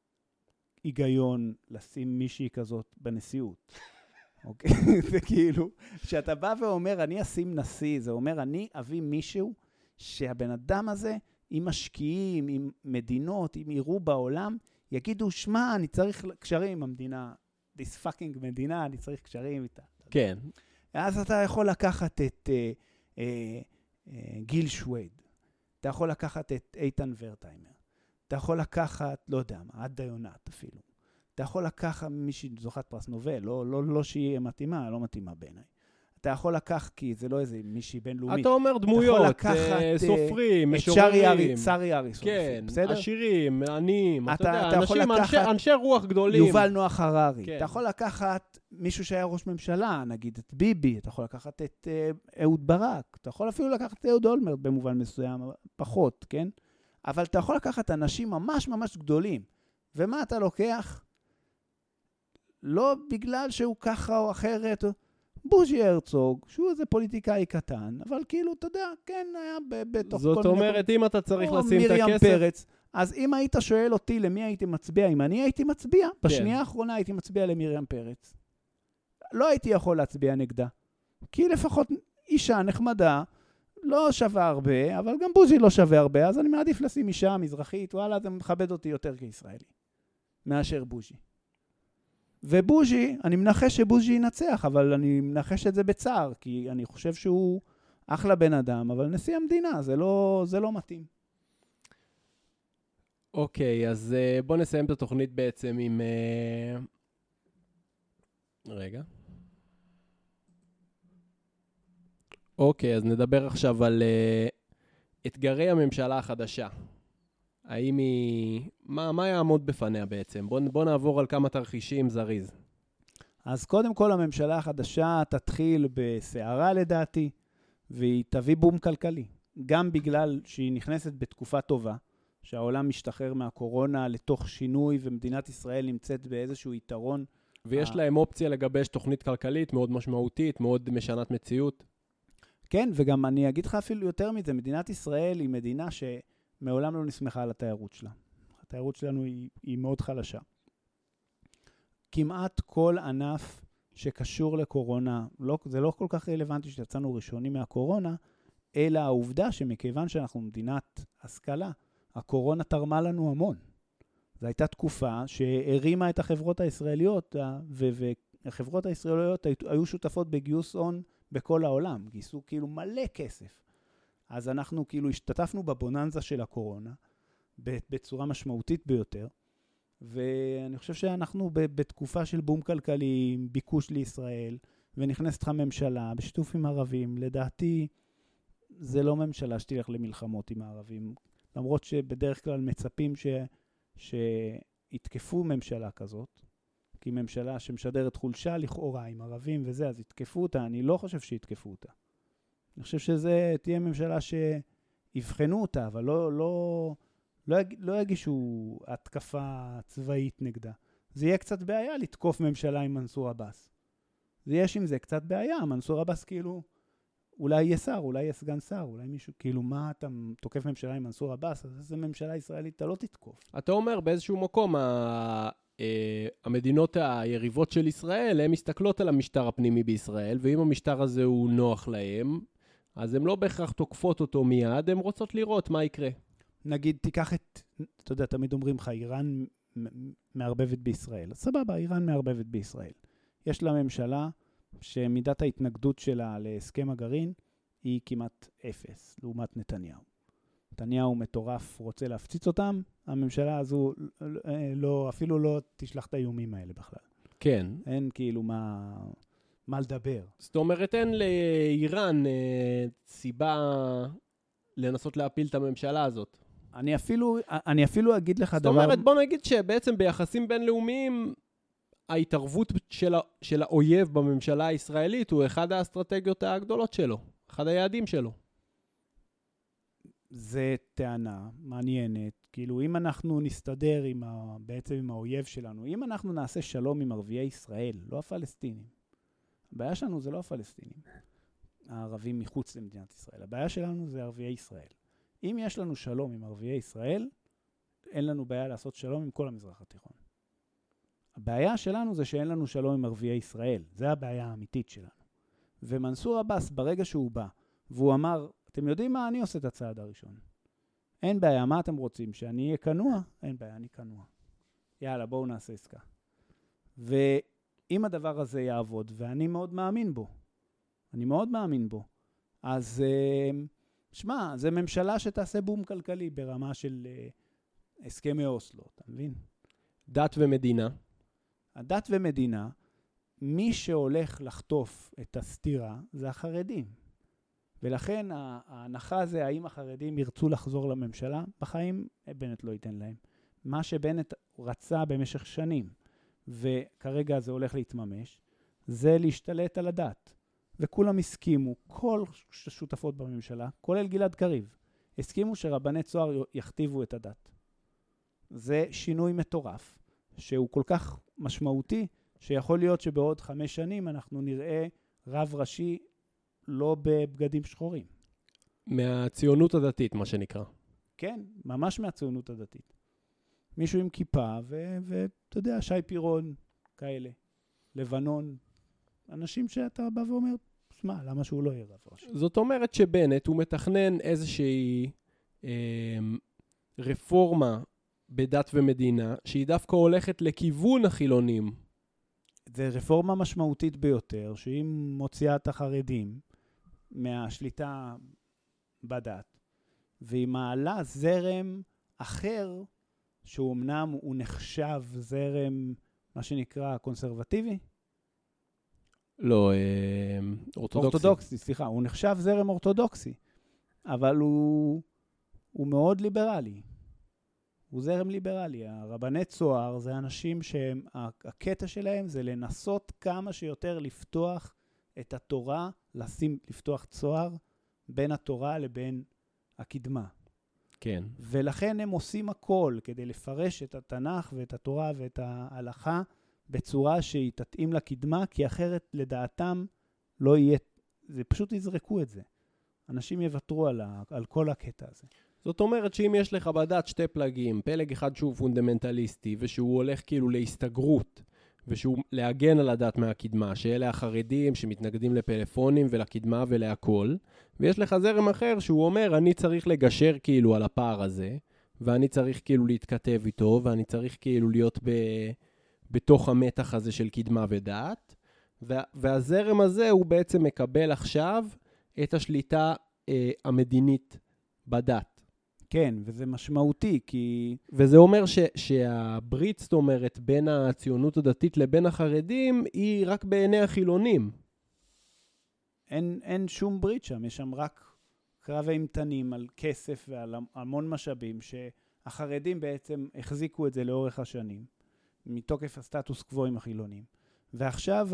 היגיון לשים מישהי כזאת בנשיאות. אוקיי? זה כאילו, שאתה בא ואומר, אני אשים נשיא, זה אומר, אני אביא מישהו שהבן אדם הזה, עם משקיעים, עם מדינות, עם יראו בעולם, יגידו, שמה, אני צריך קשרים עם המדינה, this fucking מדינה, אני צריך קשרים איתה. כן. אז אתה יכול לקחת את אה, אה, אה, גיל שווייד, אתה יכול לקחת את איתן ורטהיימר, אתה יכול לקחת, לא יודע מה, עדה יונת אפילו. אתה יכול לקחת מישהי זוכת פרס נובל, לא, לא, לא שהיא מתאימה, לא מתאימה בעיניי. אתה יכול לקחת, כי זה לא איזה מישהי בינלאומית. אתה אומר דמויות, סופרים, משוררים. את שרי אריס. כן, בסדר? עשירים, עניים, אתה, אתה, אתה יכול לקחת... אנשי רוח גדולים. יובל נוח הררי. כן. אתה יכול לקחת מישהו שהיה ראש ממשלה, נגיד את ביבי, אתה יכול לקחת את uh, אהוד ברק, אתה יכול אפילו לקחת את אהוד אולמרט במובן מסוים, פחות, כן? אבל אתה יכול לקחת אנשים ממש ממש גדולים. ומה אתה לוקח? לא בגלל שהוא ככה או אחרת, בוז'י הרצוג, שהוא איזה פוליטיקאי קטן, אבל כאילו, אתה יודע, כן, היה ב- בתוך זאת כל מיני... אומרת, אם אתה צריך או לשים את מרים הכסף... פרץ. אז אם היית שואל אותי למי הייתי מצביע, אם אני הייתי מצביע, בשנייה האחרונה הייתי מצביע למרים פרץ. לא הייתי יכול להצביע נגדה. כי לפחות אישה נחמדה, לא שווה הרבה, אבל גם בוז'י לא שווה הרבה, אז אני מעדיף לשים אישה מזרחית, וואלה, זה מכבד אותי יותר כישראלי, מאשר בוז'י. ובוז'י, אני מנחש שבוז'י ינצח, אבל אני מנחש את זה בצער, כי אני חושב שהוא אחלה בן אדם, אבל נשיא המדינה, זה לא, זה לא מתאים. אוקיי, אז uh, בוא נסיים את התוכנית בעצם עם... Uh... רגע. אוקיי, אז נדבר עכשיו על uh, אתגרי הממשלה החדשה. האם היא... מה, מה יעמוד בפניה בעצם? בוא, בוא נעבור על כמה תרחישים זריז. אז קודם כל הממשלה החדשה תתחיל בסערה לדעתי, והיא תביא בום כלכלי. גם בגלל שהיא נכנסת בתקופה טובה, שהעולם משתחרר מהקורונה לתוך שינוי, ומדינת ישראל נמצאת באיזשהו יתרון. ויש ה... להם אופציה לגבש תוכנית כלכלית מאוד משמעותית, מאוד משנת מציאות. כן, וגם אני אגיד לך אפילו יותר מזה, מדינת ישראל היא מדינה שמעולם לא נסמכה על התיירות שלה. התיירות שלנו היא, היא מאוד חלשה. כמעט כל ענף שקשור לקורונה, לא, זה לא כל כך רלוונטי שיצאנו ראשונים מהקורונה, אלא העובדה שמכיוון שאנחנו מדינת השכלה, הקורונה תרמה לנו המון. זו הייתה תקופה שהרימה את החברות הישראליות, והחברות הישראליות היו שותפות בגיוס הון בכל העולם, גייסו כאילו מלא כסף. אז אנחנו כאילו השתתפנו בבוננזה של הקורונה, בצורה משמעותית ביותר, ואני חושב שאנחנו בתקופה של בום כלכלי, ביקוש לישראל, ונכנסת לך ממשלה בשיתוף עם ערבים. לדעתי, זה לא ממשלה שתלך למלחמות עם הערבים, למרות שבדרך כלל מצפים ש... שיתקפו ממשלה כזאת, כי ממשלה שמשדרת חולשה לכאורה עם ערבים וזה, אז יתקפו אותה. אני לא חושב שיתקפו אותה. אני חושב שזה תהיה ממשלה שיבחנו אותה, אבל לא, לא, לא, לא יגישו התקפה צבאית נגדה. זה יהיה קצת בעיה לתקוף ממשלה עם מנסור עבאס. זה יש עם זה קצת בעיה. מנסור עבאס כאילו, אולי יהיה שר, אולי יהיה סגן שר, אולי מישהו, כאילו מה אתה תוקף ממשלה עם מנסור עבאס, אז איזה ממשלה ישראלית אתה לא תתקוף. אתה אומר באיזשהו מקום, ה... המדינות היריבות של ישראל, הן מסתכלות על המשטר הפנימי בישראל, ואם המשטר הזה הוא נוח להם, אז הן לא בהכרח תוקפות אותו מיד, הן רוצות לראות מה יקרה. נגיד, תיקח את, אתה יודע, תמיד אומרים לך, איראן מערבבת בישראל. סבבה, איראן מערבבת בישראל. יש לה ממשלה שמידת ההתנגדות שלה להסכם הגרעין היא כמעט אפס, לעומת נתניהו. נתניהו מטורף, רוצה להפציץ אותם, הממשלה הזו לא, אפילו לא תשלח את האיומים האלה בכלל. כן. אין כאילו מה, מה לדבר. זאת אומרת, אין לאיראן אה, סיבה לנסות להפיל את הממשלה הזאת. אני אפילו, אני אפילו אגיד לך זאת דבר... זאת אומרת, בוא נגיד שבעצם ביחסים בינלאומיים, ההתערבות של, ה, של האויב בממשלה הישראלית הוא אחד האסטרטגיות הגדולות שלו, אחד היעדים שלו. זה טענה מעניינת, כאילו אם אנחנו נסתדר עם ה, בעצם עם האויב שלנו, אם אנחנו נעשה שלום עם ערביי ישראל, לא הפלסטינים, הבעיה שלנו זה לא הפלסטינים, הערבים מחוץ למדינת ישראל, הבעיה שלנו זה ערביי ישראל. אם יש לנו שלום עם ערביי ישראל, אין לנו בעיה לעשות שלום עם כל המזרח התיכון. הבעיה שלנו זה שאין לנו שלום עם ערביי ישראל, זה הבעיה האמיתית שלנו. ומנסור עבאס ברגע שהוא בא, והוא אמר, אתם יודעים מה? אני עושה את הצעד הראשון. אין בעיה, מה אתם רוצים? שאני אהיה כנוע? אין בעיה, אני כנוע. יאללה, בואו נעשה עסקה. ואם הדבר הזה יעבוד, ואני מאוד מאמין בו, אני מאוד מאמין בו, אז שמע, זה ממשלה שתעשה בום כלכלי ברמה של הסכמי אוסלו, אתה מבין? דת ומדינה. הדת ומדינה, מי שהולך לחטוף את הסתירה זה החרדים. ולכן ההנחה הזה, האם החרדים ירצו לחזור לממשלה, בחיים בנט לא ייתן להם. מה שבנט רצה במשך שנים, וכרגע זה הולך להתממש, זה להשתלט על הדת. וכולם הסכימו, כל השותפות בממשלה, כולל גלעד קריב, הסכימו שרבני צוהר יכתיבו את הדת. זה שינוי מטורף, שהוא כל כך משמעותי, שיכול להיות שבעוד חמש שנים אנחנו נראה רב ראשי לא בבגדים שחורים. מהציונות הדתית, מה שנקרא. כן, ממש מהציונות הדתית. מישהו עם כיפה, ואתה יודע, שי פירון, כאלה, לבנון, אנשים שאתה בא ואומר, שמע, למה שהוא לא יהיה רב ראשי? זאת אומרת שבנט הוא מתכנן איזושהי אה, רפורמה בדת ומדינה, שהיא דווקא הולכת לכיוון החילונים. זה רפורמה משמעותית ביותר, שהיא מוציאה את החרדים מהשליטה בדת, והיא מעלה זרם אחר, שהוא אמנם הוא נחשב זרם, מה שנקרא, קונסרבטיבי? לא, אה, אורתודוקסי. אורתודוקסי, סליחה, הוא נחשב זרם אורתודוקסי, אבל הוא, הוא מאוד ליברלי. הוא זרם ליברלי. הרבני צוהר זה אנשים שהקטע שלהם זה לנסות כמה שיותר לפתוח את התורה, לשים, לפתוח צוהר בין התורה לבין הקדמה. כן. ולכן הם עושים הכל כדי לפרש את התנ"ך ואת התורה ואת ההלכה בצורה שהיא תתאים לקדמה, כי אחרת לדעתם לא יהיה, זה פשוט יזרקו את זה. אנשים יוותרו על, ה, על כל הקטע הזה. זאת אומרת שאם יש לך בדת שתי פלגים, פלג אחד שהוא פונדמנטליסטי, ושהוא הולך כאילו להסתגרות, ושהוא להגן על הדת מהקדמה, שאלה החרדים שמתנגדים לפלאפונים ולקדמה ולהכל, ויש לך זרם אחר שהוא אומר, אני צריך לגשר כאילו על הפער הזה, ואני צריך כאילו להתכתב איתו, ואני צריך כאילו להיות ב... בתוך המתח הזה של קדמה ודת, וה... והזרם הזה הוא בעצם מקבל עכשיו את השליטה אה, המדינית בדת. כן, וזה משמעותי, כי... וזה אומר ש, שהברית, זאת אומרת, בין הציונות הדתית לבין החרדים, היא רק בעיני החילונים. אין, אין שום ברית שם, יש שם רק קרב אימתנים על כסף ועל המון משאבים, שהחרדים בעצם החזיקו את זה לאורך השנים, מתוקף הסטטוס קוו עם החילונים. ועכשיו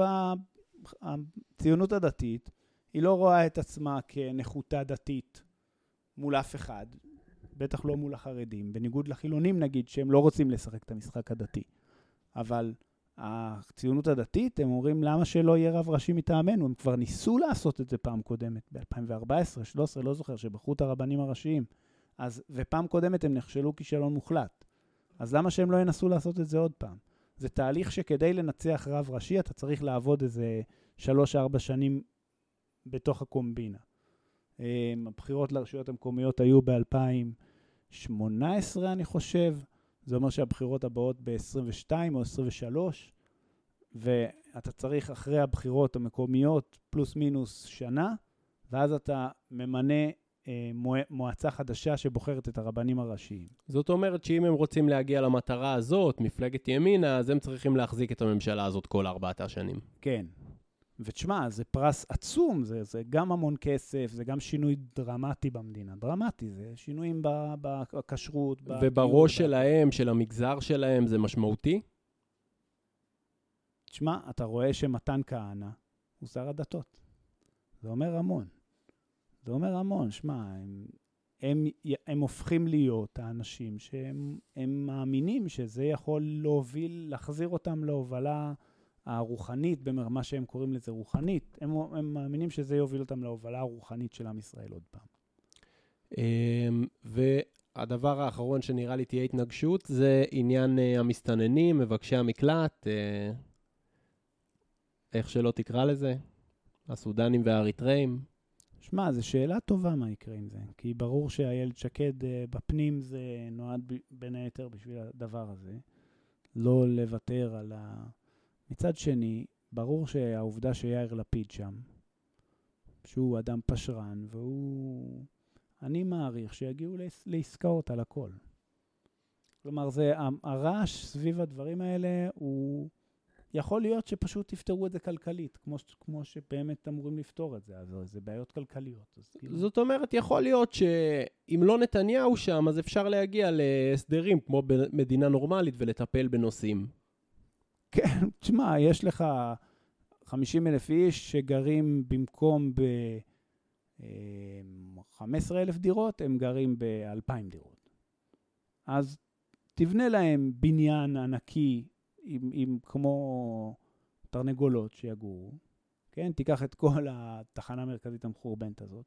הציונות הדתית, היא לא רואה את עצמה כנחותה דתית מול אף אחד, בטח לא מול החרדים, בניגוד לחילונים נגיד, שהם לא רוצים לשחק את המשחק הדתי. אבל הציונות הדתית, הם אומרים למה שלא יהיה רב ראשי מטעמנו, הם כבר ניסו לעשות את זה פעם קודמת, ב-אלפיים וארבע עשרה שלוש עשרה, לא זוכר, שבחרו את הרבנים הראשיים, אז, ופעם קודמת הם נכשלו כישלון מוחלט. אז למה שהם לא ינסו לעשות את זה עוד פעם? זה תהליך שכדי לנצח רב ראשי, אתה צריך לעבוד איזה שלוש ארבע שנים בתוך הקומבינה. הבחירות לרשויות המקומיות היו ב-אלפיים שמונה עשרה, אני חושב. זה אומר שהבחירות הבאות ב-עשרים ושתיים או עשרים ושלוש, ואתה צריך אחרי הבחירות המקומיות פלוס מינוס שנה, ואז אתה ממנה אה, מועצה חדשה שבוחרת את הרבנים הראשיים. זאת אומרת שאם הם רוצים להגיע למטרה הזאת, מפלגת ימינה, אז הם צריכים להחזיק את הממשלה הזאת כל ארבעת השנים. כן. ותשמע, זה פרס עצום, זה, זה גם המון כסף, זה גם שינוי דרמטי במדינה. דרמטי, זה שינויים בכשרות. ובראש שלהם, של המגזר שלהם, זה משמעותי? תשמע, אתה רואה שמתן כהנא הוא שר הדתות. זה אומר המון. זה אומר המון, שמע, הם, הם, הם הופכים להיות האנשים שהם הם מאמינים שזה יכול להוביל, להחזיר אותם להובלה הרוחנית, מה שהם קוראים לזה רוחנית, הם, הם מאמינים שזה יוביל אותם להובלה הרוחנית של עם ישראל עוד פעם. והדבר האחרון שנראה לי תהיה התנגשות, זה עניין המסתננים, מבקשי המקלט, איך שלא תקרא לזה, הסודנים והאריתראים. שמע, זו שאלה טובה מה יקרה עם זה, כי ברור שהילד שקד בפנים זה נועד בין היתר בשביל הדבר הזה, לא לוותר על ה... מצד שני, ברור שהעובדה שיאיר לפיד שם, שהוא אדם פשרן, והוא, אני מעריך שיגיעו לעסקאות על הכל. כלומר, זה, הרעש סביב הדברים האלה, הוא יכול להיות שפשוט תפתרו את זה כלכלית, כמו, כמו שבאמת אמורים לפתור את זה, אז זה בעיות כלכליות. אז כאילו... זאת אומרת, יכול להיות שאם לא נתניהו שם, אז אפשר להגיע להסדרים כמו במדינה נורמלית ולטפל בנושאים. כן, תשמע, יש לך חמישים אלף איש שגרים במקום ב-חמש עשרה אלף דירות, הם גרים ב-אלפיים דירות. אז תבנה להם בניין ענקי עם, עם כמו תרנגולות שיגורו, כן? תיקח את כל התחנה המרכזית המחורבנת הזאת,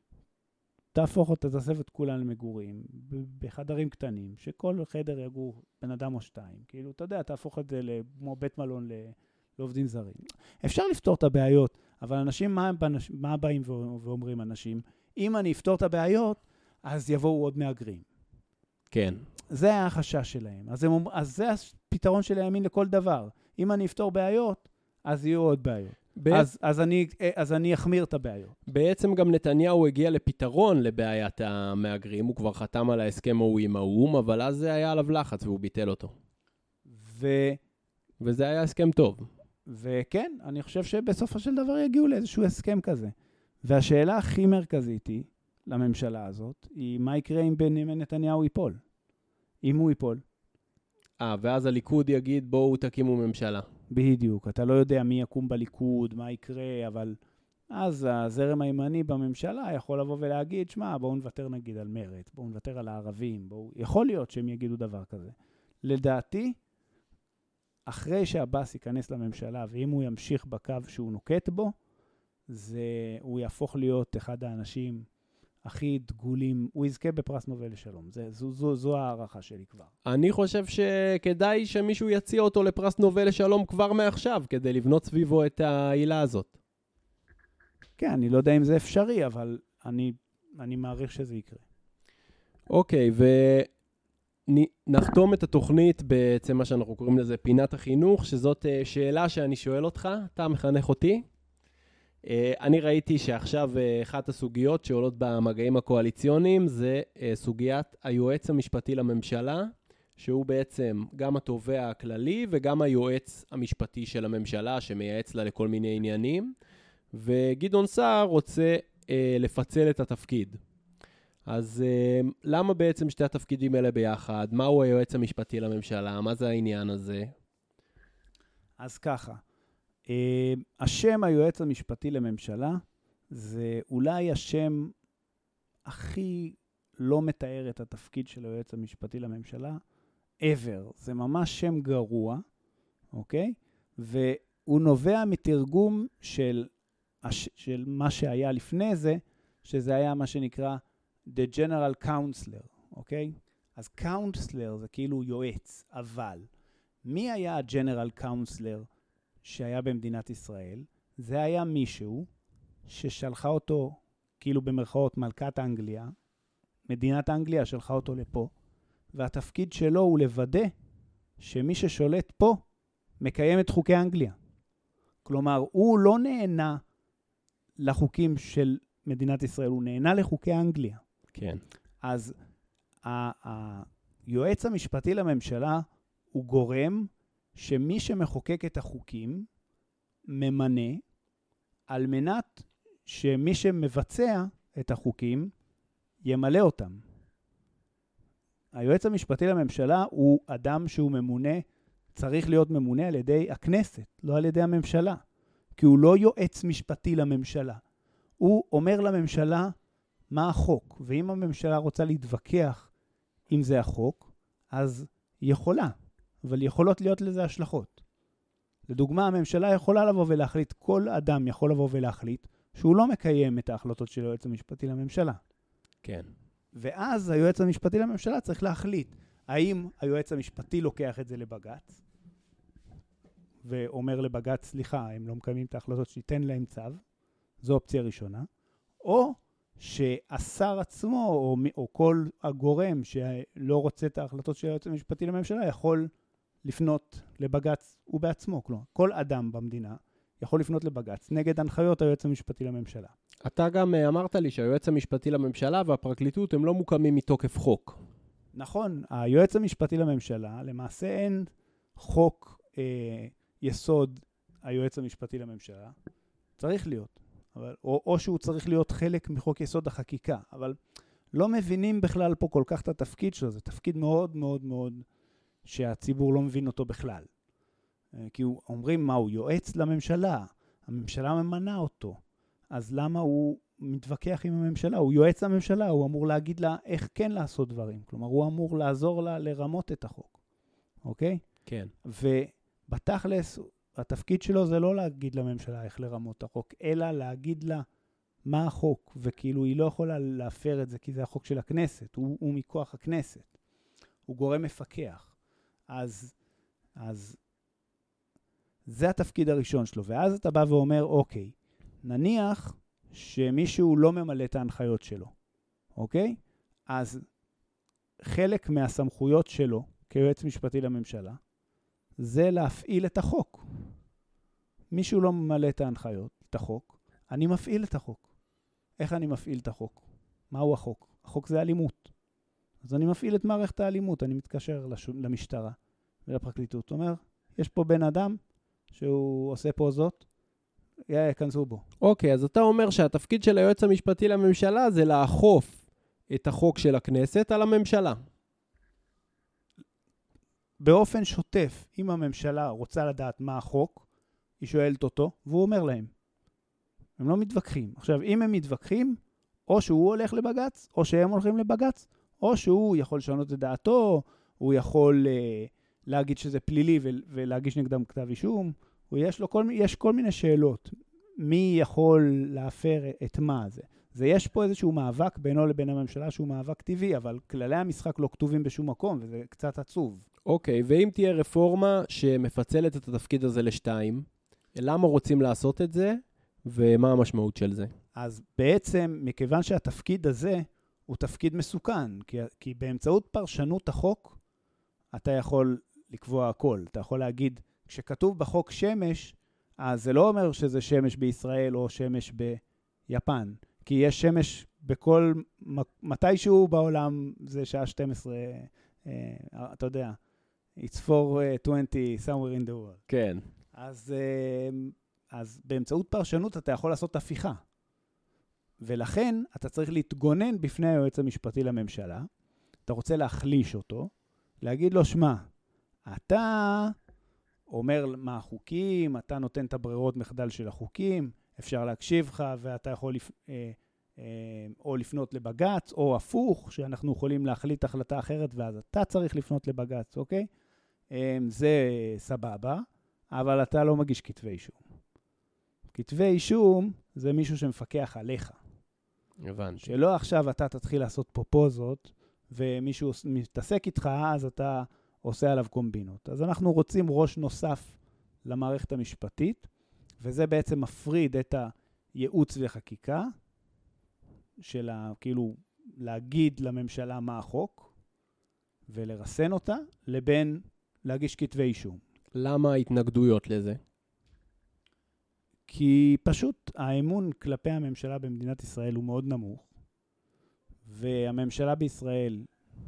תהפוך אותה, תאסף את כולם למגורים, בחדרים קטנים, שכל חדר יגור בן אדם או שתיים. כאילו, אתה יודע, תהפוך את זה כמו בית מלון לעובדים זרים. אפשר לפתור את הבעיות, אבל אנשים, מה, מה באים ואומרים אנשים? אם אני אפתור את הבעיות, אז יבואו עוד מהגרים. כן. זה היה החשש שלהם. אז, הם, אז זה הפתרון של הימין לכל דבר. אם אני אפתור בעיות, אז יהיו עוד בעיות. אז, אז, אני, אז אני אחמיר את הבעיות. בעצם גם נתניהו הגיע לפתרון לבעיית המהגרים, הוא כבר חתם על ההסכם ההוא עם האו"ם, אבל אז זה היה עליו לחץ והוא ביטל אותו. ו... וזה היה הסכם טוב. וכן, אני חושב שבסופו של דבר יגיעו לאיזשהו הסכם כזה. והשאלה הכי מרכזית היא, לממשלה הזאת, היא מה יקרה אם בנימין נתניהו ייפול? אם הוא ייפול. אה, ואז הליכוד יגיד, בואו תקימו ממשלה. בדיוק, אתה לא יודע מי יקום בליכוד, מה יקרה, אבל אז הזרם הימני בממשלה יכול לבוא ולהגיד, שמה, בואו נוותר נגיד על מרץ, בואו נוותר על הערבים, בואו... יכול להיות שהם יגידו דבר כזה. לדעתי, אחרי שהבאס ייכנס לממשלה, ואם הוא ימשיך בקו שהוא נוקט בו, זה, הוא יהפוך להיות אחד האנשים הכי דגולים, הוא יזכה בפרס נובל לשלום. זה, זו, זו, זו הערכה שלי כבר. אני חושב שכדאי שמישהו יציע אותו לפרס נובל לשלום כבר מעכשיו, כדי לבנות סביבו את העילה הזאת. כן, אני לא יודע אם זה אפשרי, אבל אני, אני מעריך שזה יקרה. אוקיי, ונחתום את התוכנית בעצם מה שאנחנו קוראים לזה פינת החינוך, שזאת שאלה שאני שואל אותך, אתה מחנך אותי. אני ראיתי שעכשיו אחת הסוגיות שעולות במגעים הקואליציוניים זה סוגיית היועץ המשפטי לממשלה, שהוא בעצם גם התובע הכללי וגם היועץ המשפטי של הממשלה שמייעץ לה לכל מיני עניינים, וגדעון סער רוצה לפצל את התפקיד. אז למה בעצם שתי התפקידים האלה ביחד? מהו היועץ המשפטי לממשלה? מה זה העניין הזה? אז ככה. Uh, השם היועץ המשפטי לממשלה זה אולי השם הכי לא מתאר את התפקיד של היועץ המשפטי לממשלה ever. זה ממש שם גרוע, אוקיי? והוא נובע מתרגום של, של מה שהיה לפני זה, שזה היה מה שנקרא The General Counselor, אוקיי? אז Counselor זה כאילו יועץ, אבל מי היה ה-General Counselor שהיה במדינת ישראל? זה היה מישהו ששלחה אותו, כאילו במרכאות מלכת אנגליה, מדינת אנגליה שלחה אותו לפה, והתפקיד שלו הוא לוודא שמי ששולט פה מקיים את חוקי אנגליה. כלומר, הוא לא נהנה לחוקים של מדינת ישראל, הוא נהנה לחוקי אנגליה. כן. אז היועץ המשפטי לממשלה הוא גורם שמי שמחוקק את החוקים ממנה על מנת שמי שמבצע את החוקים ימלא אותם. היועץ המשפטי לממשלה הוא אדם שהוא ממונה, צריך להיות ממונה על ידי הכנסת, לא על ידי הממשלה. כי הוא לא יועץ משפטי לממשלה. הוא אומר לממשלה מה החוק, ואם הממשלה רוצה להתווכח אם זה החוק, אז היא יכולה. אבל יכולות להיות לזה השלכות. לדוגמה, הממשלה יכולה לבוא ולהחליט, כל אדם יכול לבוא ולהחליט, שהוא לא מקיים את ההחלטות של היועץ המשפטי לממשלה. כן. ואז היועץ המשפטי לממשלה צריך להחליט, האם היועץ המשפטי לוקח את זה לבג"ץ, ואומר לבג"ץ, סליחה, הם לא מקיימים את ההחלטות שייתן להם צו, זו אופציה ראשונה, או שהשר עצמו, או, או כל הגורם שלא רוצה את ההחלטות של היועץ המשפטי לממשלה, יכול לפנות לבג"ץ הוא בעצמו. כלומר, כל אדם במדינה יכול לפנות לבג"ץ נגד הנחיות היועץ המשפטי לממשלה. אתה גם אמרת לי שהיועץ המשפטי לממשלה והפרקליטות הם לא מוקמים מתוקף חוק. נכון, היועץ המשפטי לממשלה, למעשה אין חוק אה, יסוד היועץ המשפטי לממשלה. צריך להיות. אבל, או, או שהוא צריך להיות חלק מחוק יסוד החקיקה, אבל לא מבינים בכלל פה כל כך את התפקיד שלו. זה תפקיד מאוד מאוד מאוד שהציבור לא מבין אותו בכלל. כי הוא, אומרים מה, הוא יועץ לממשלה, הממשלה ממנה אותו, אז למה הוא מתווכח עם הממשלה? הוא יועץ לממשלה, הוא אמור להגיד לה איך כן לעשות דברים. כלומר, הוא אמור לעזור לה לרמות את החוק. אוקיי? כן. ובתכלס, התפקיד שלו זה לא להגיד לממשלה איך לרמות את החוק, אלא להגיד לה מה החוק, וכאילו היא לא יכולה להפר את זה, כי זה החוק של הכנסת, הוא, הוא מכוח הכנסת, הוא גורם מפקח. אז, אז זה התפקיד הראשון שלו, ואז אתה בא ואומר, אוקיי, נניח שמישהו לא ממלא את ההנחיות שלו, אוקיי? אז חלק מהסמכויות שלו, כיועץ משפטי לממשלה, זה להפעיל את החוק. מישהו לא ממלא את ההנחיות, את החוק, אני מפעיל את החוק. איך אני מפעיל את החוק? מהו החוק? החוק זה אלימות. אז אני מפעיל את מערכת האלימות, אני מתקשר לש... למשטרה ולפרקליטות. אומר, יש פה בן אדם שהוא עושה פה זאת, יכנסו בו. אוקיי, אז אתה אומר שהתפקיד של היועץ המשפטי לממשלה זה לאכוף את החוק של הכנסת על הממשלה. באופן שוטף, אם הממשלה רוצה לדעת מה החוק, היא שואלת אותו, והוא אומר להם. הם לא מתווכחים. עכשיו, אם הם מתווכחים, או שהוא הולך לבגץ, או שהם הולכים לבגץ, או שהוא יכול לשנות את דעתו, הוא יכול אה, להגיד שזה פלילי ו- ולהגיש נגדם כתב אישום, יש לו כל, יש כל מיני שאלות. מי יכול להפר את מה זה? זה יש פה איזשהו מאבק בינו לבין הממשלה שהוא מאבק טבעי, אבל כללי המשחק לא כתובים בשום מקום, וזה קצת עצוב. אוקיי, ואם תהיה רפורמה שמפצלת את התפקיד הזה לשתיים, למה רוצים לעשות את זה, ומה המשמעות של זה? אז בעצם, מכיוון שהתפקיד הזה הוא תפקיד מסוכן, כי, כי באמצעות פרשנות החוק, אתה יכול לקבוע הכל. אתה יכול להגיד, כשכתוב בחוק שמש, אז זה לא אומר שזה שמש בישראל או שמש ביפן, כי יש שמש בכל, מתישהו בעולם זה שעה שתים עשרה, אה, אתה יודע, it's four twenty somewhere in the world. כן. אז, אה, אז באמצעות פרשנות אתה יכול לעשות הפיכה. ולכן אתה צריך להתגונן בפני היועץ המשפטי לממשלה, אתה רוצה להחליש אותו, להגיד לו, שמה, אתה אומר מה החוקים, אתה נותן את הברירות מחדל של החוקים, אפשר להקשיב לך ואתה יכול לפ... אה, אה, או לפנות לבגץ, או הפוך, שאנחנו יכולים להחליט החלטה אחרת, ואז אתה צריך לפנות לבגץ, אוקיי? אה, זה סבבה, אבל אתה לא מגיש כתבי אישום. כתבי אישום זה מישהו שמפקח עליך. הבנתי. שלא עכשיו אתה תתחיל לעשות פופוזות, ומישהו מתעסק איתך, אז אתה עושה עליו קומבינות. אז אנחנו רוצים ראש נוסף למערכת המשפטית, וזה בעצם מפריד את הייעוץ וחקיקה, של כאילו להגיד לממשלה מה החוק, ולרסן אותה, לבין להגיש כתבי אישום. למה ההתנגדויות לזה? כי פשוט האמון כלפי הממשלה במדינת ישראל הוא מאוד נמוך, והממשלה בישראל,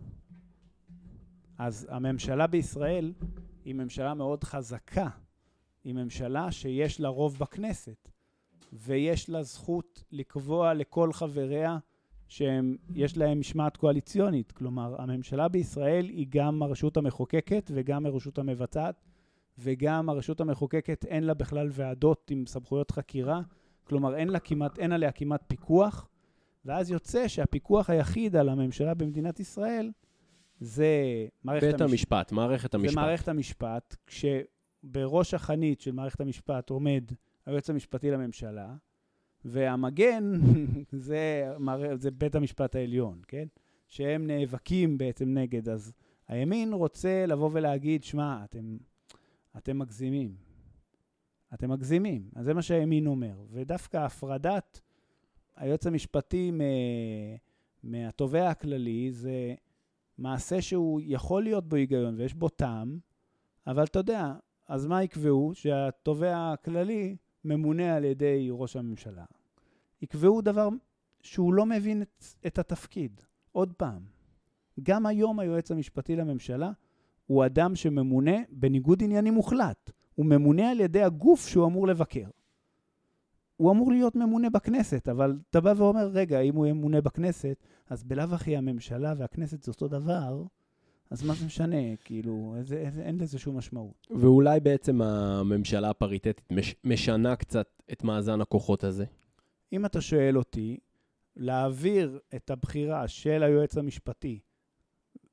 אז הממשלה בישראל היא ממשלה מאוד חזקה, היא ממשלה שיש לה רוב בכנסת, ויש לה זכות לקבוע לכל חבריה שיש להם משמעת קואליציונית. כלומר, הממשלה בישראל היא גם הרשות המחוקקת וגם הרשות המבצעת, וגם הרשות המחוקקת אין לה בכלל ועדות עם סמכויות חקירה, כלומר אין לה כמעט, אין עליה כמעט פיקוח, ואז יוצא שהפיקוח היחיד על הממשלה במדינת ישראל זה מערכת בית המש... המשפט, מערכת המשפט. זה מערכת המשפט, כשבראש החנית של מערכת המשפט עומד היועץ המשפטי לממשלה, והמגן זה, זה בית המשפט העליון, כן? שהם נאבקים בעצם נגד. אז הימין רוצה לבוא ולהגיד, שמה, אתם, אתם מגזימים. אתם מגזימים. אז זה מה שהימין אומר. ודווקא הפרדת היועץ המשפטי מהתובע הכללי, זה מעשה שהוא יכול להיות בו היגיון, ויש בו טעם, אבל אתה יודע, אז מה יקבעו? שהתובע הכללי ממונה על ידי ראש הממשלה. יקבעו דבר שהוא לא מבין את, את התפקיד. עוד פעם, גם היום היועץ המשפטי לממשלה הוא אדם שממונה בניגוד עניינים מוחלט. הוא ממונה על ידי הגוף שהוא אמור לבקר. הוא אמור להיות ממונה בכנסת, אבל אתה בא ואומר, רגע, אם הוא ממונה בכנסת, אז בלאו הכי הממשלה והכנסת זה אותו דבר, אז מה זה משנה? כאילו, איזה, איזה, אין לזה שום משמעות. ואולי בעצם הממשלה הפריטטית מש, משנה קצת את מאזן הכוחות הזה? אם אתה שואל אותי, להעביר את הבחירה של היועץ המשפטי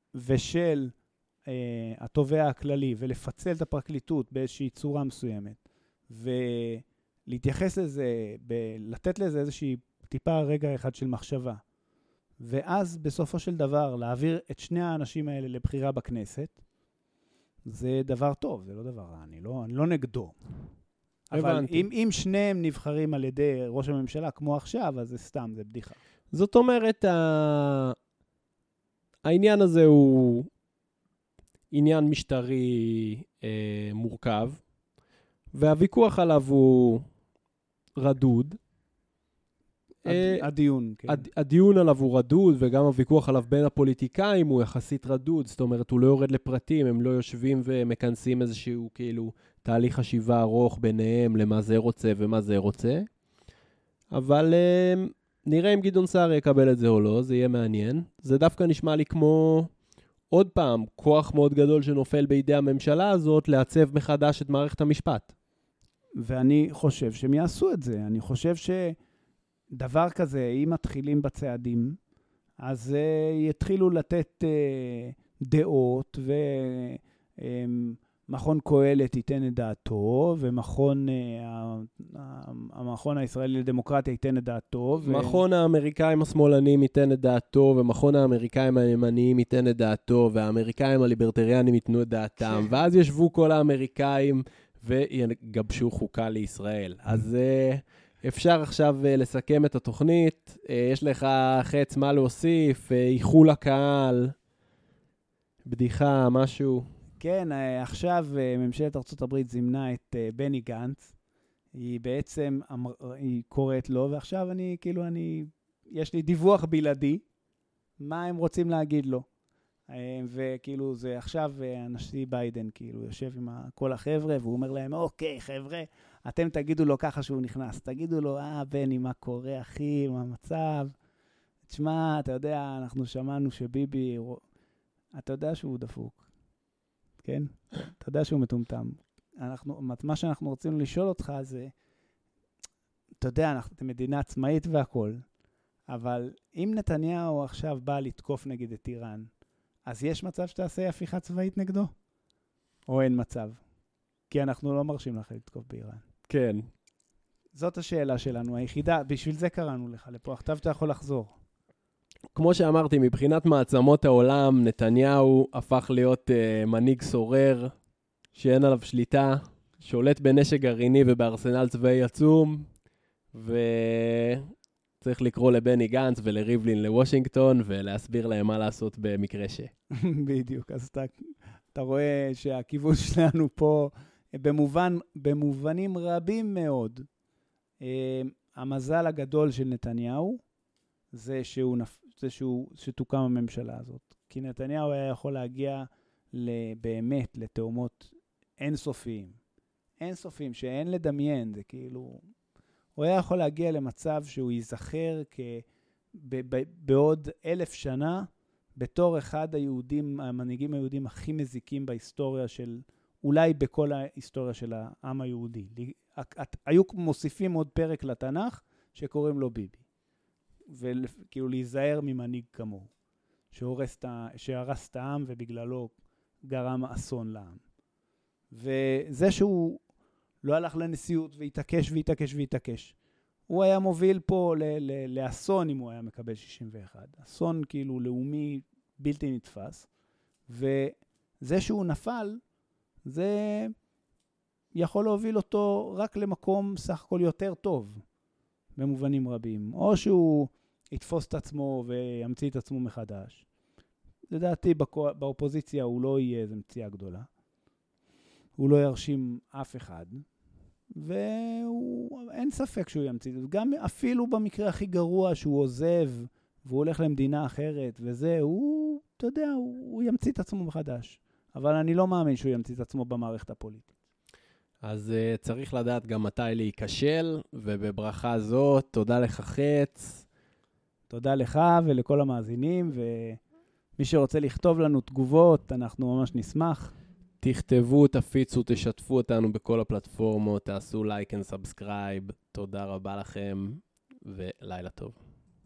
ושל אה, התובע הכללי ולפצל את הפרקליטות באיזושהי צורה מסוימת, ולהתייחס לזה, ב- לתת לזה איזושהי טיפה רגע אחד של מחשבה. ואז בסופו של דבר להעביר את שני האנשים האלה לבחירה בכנסת, זה דבר טוב, זה לא דבר רע, אני לא, אני לא נגדו. אבל אם, אם שניהם נבחרים על ידי ראש הממשלה כמו עכשיו, אז זה סתם, זה בדיחה. זאת אומרת, ה... העניין הזה הוא עניין משטרי אה, מורכב, והוויכוח עליו הוא רדוד. הד... הדיון, כן. הד... הדיון עליו הוא רדוד, וגם הוויכוח עליו בין הפוליטיקאים הוא יחסית רדוד, זאת אומרת, הוא לא יורד לפרטים, הם לא יושבים ומכנסים איזשהו כאילו תהליך חשיבה ארוך ביניהם למה זה רוצה ומה זה רוצה. אבל אה, נראה אם גדעון סער יקבל את זה או לא, זה יהיה מעניין. זה דווקא נשמע לי כמו עוד פעם, כוח מאוד גדול שנופל בידי הממשלה הזאת לעצב מחדש את מערכת המשפט. ואני חושב שהם יעשו את זה. אני חושב שדבר כזה, אם מתחילים בצעדים, אז uh, יתחילו לתת uh, דעות, ומכון um, קהלת ייתן את דעתו, ומכון uh, המכון הישראלי לדמוקרטיה ייתן את דעתו. ו... מכון האמריקאים השמאלנים ייתן את דעתו, ומכון האמריקאים הימניים ייתן את דעתו, והאמריקאים הליברטריאנים ייתנו את דעתם, ואז ישבו כל האמריקאים ויגבשו חוקה לישראל. אז uh, אפשר עכשיו uh, לסכם את התוכנית. Uh, יש לך חץ מה להוסיף, uh, איחול הקהל, בדיחה, משהו. כן, uh, עכשיו uh, ממשלת ארצות הברית זימנה את uh, בני גנץ. היא בעצם, היא קוראת לו, ועכשיו אני, כאילו, אני, יש לי דיווח בלעדי, מה הם רוצים להגיד לו. וכאילו, זה עכשיו הנשיא ביידן, כאילו, יושב עם כל החבר'ה, והוא אומר להם, אוקיי, חבר'ה, אתם תגידו לו ככה שהוא נכנס, תגידו לו, אה, בני, מה קורה, אחי, מה המצב? תשמע, אתה יודע, אנחנו שמענו שביבי, אתה יודע שהוא דפוק, כן? אתה יודע שהוא מטומטם. אנחנו, מה שאנחנו רוצים לשאול אותך זה, אתה יודע, אנחנו מדינה עצמאית והכל, אבל אם נתניהו עכשיו בא לתקוף נגד את איראן, אז יש מצב שתעשה הפיכה צבאית נגדו? או אין מצב? כי אנחנו לא מרשים לך לתקוף באיראן. כן. זאת השאלה שלנו, היחידה, בשביל זה קראנו לך לפה, עכשיו אתה יכול לחזור. כמו שאמרתי, מבחינת מעצמות העולם, נתניהו הפך להיות uh, מנהיג סורר, שאין עליו שליטה, שולט בנשק גרעיני ובארסנל צבאי עצום, וצריך לקרוא לבני גנץ ולריבלין לוושינגטון, ולהסביר להם מה לעשות במקרה ש... בדיוק, אז אתה, אתה רואה שהכיוון שלנו פה, במובן, במובנים רבים מאוד, המזל הגדול של נתניהו, זה שהוא, זה שהוא, שתוקם הממשלה הזאת. כי נתניהו היה יכול להגיע באמת לתאומות אינסופיים. אינסופיים, שאין לדמיין, זה כאילו... הוא היה יכול להגיע למצב שהוא ייזכר בעוד אלף שנה, בתור אחד היהודים, המנהיגים היהודים הכי מזיקים בהיסטוריה של, אולי בכל ההיסטוריה של העם היהודי. היו מוסיפים עוד פרק לתנ"ך שקוראים לו ביבי. וכאילו להיזהר ממנהיג כמוהו, שהרס את העם ובגללו גרם אסון לעם. וזה שהוא לא הלך לנשיאות והתעקש והתעקש והתעקש. הוא היה מוביל פה ל- ל- לאסון אם הוא היה מקבל שישים ואחת. אסון כאילו לאומי בלתי נתפס. וזה שהוא נפל, זה יכול להוביל אותו רק למקום סך הכל יותר טוב, במובנים רבים. או שהוא יתפוס את עצמו וימציא את עצמו מחדש. לדעתי בקו- באופוזיציה הוא לא יהיה איזו מציאה גדולה. הוא לא ירשים אף אחד, ואין ספק שהוא ימציא. גם אפילו במקרה הכי גרוע שהוא עוזב, והוא הולך למדינה אחרת, וזה, הוא, אתה יודע, הוא, הוא ימציא את עצמו מחדש. אבל אני לא מאמין שהוא ימציא את עצמו במערכת הפוליטית. אז uh, צריך לדעת גם מתי להיכשל, ובברכה זאת, תודה לך חץ. תודה לך ולכל המאזינים, ומי שרוצה לכתוב לנו תגובות, אנחנו ממש נשמח. תכתבו, תפיצו, תשתפו אותנו בכל הפלטפורמות, תעשו לייק וסאבסקרייב. תודה רבה לכם, ולילה טוב.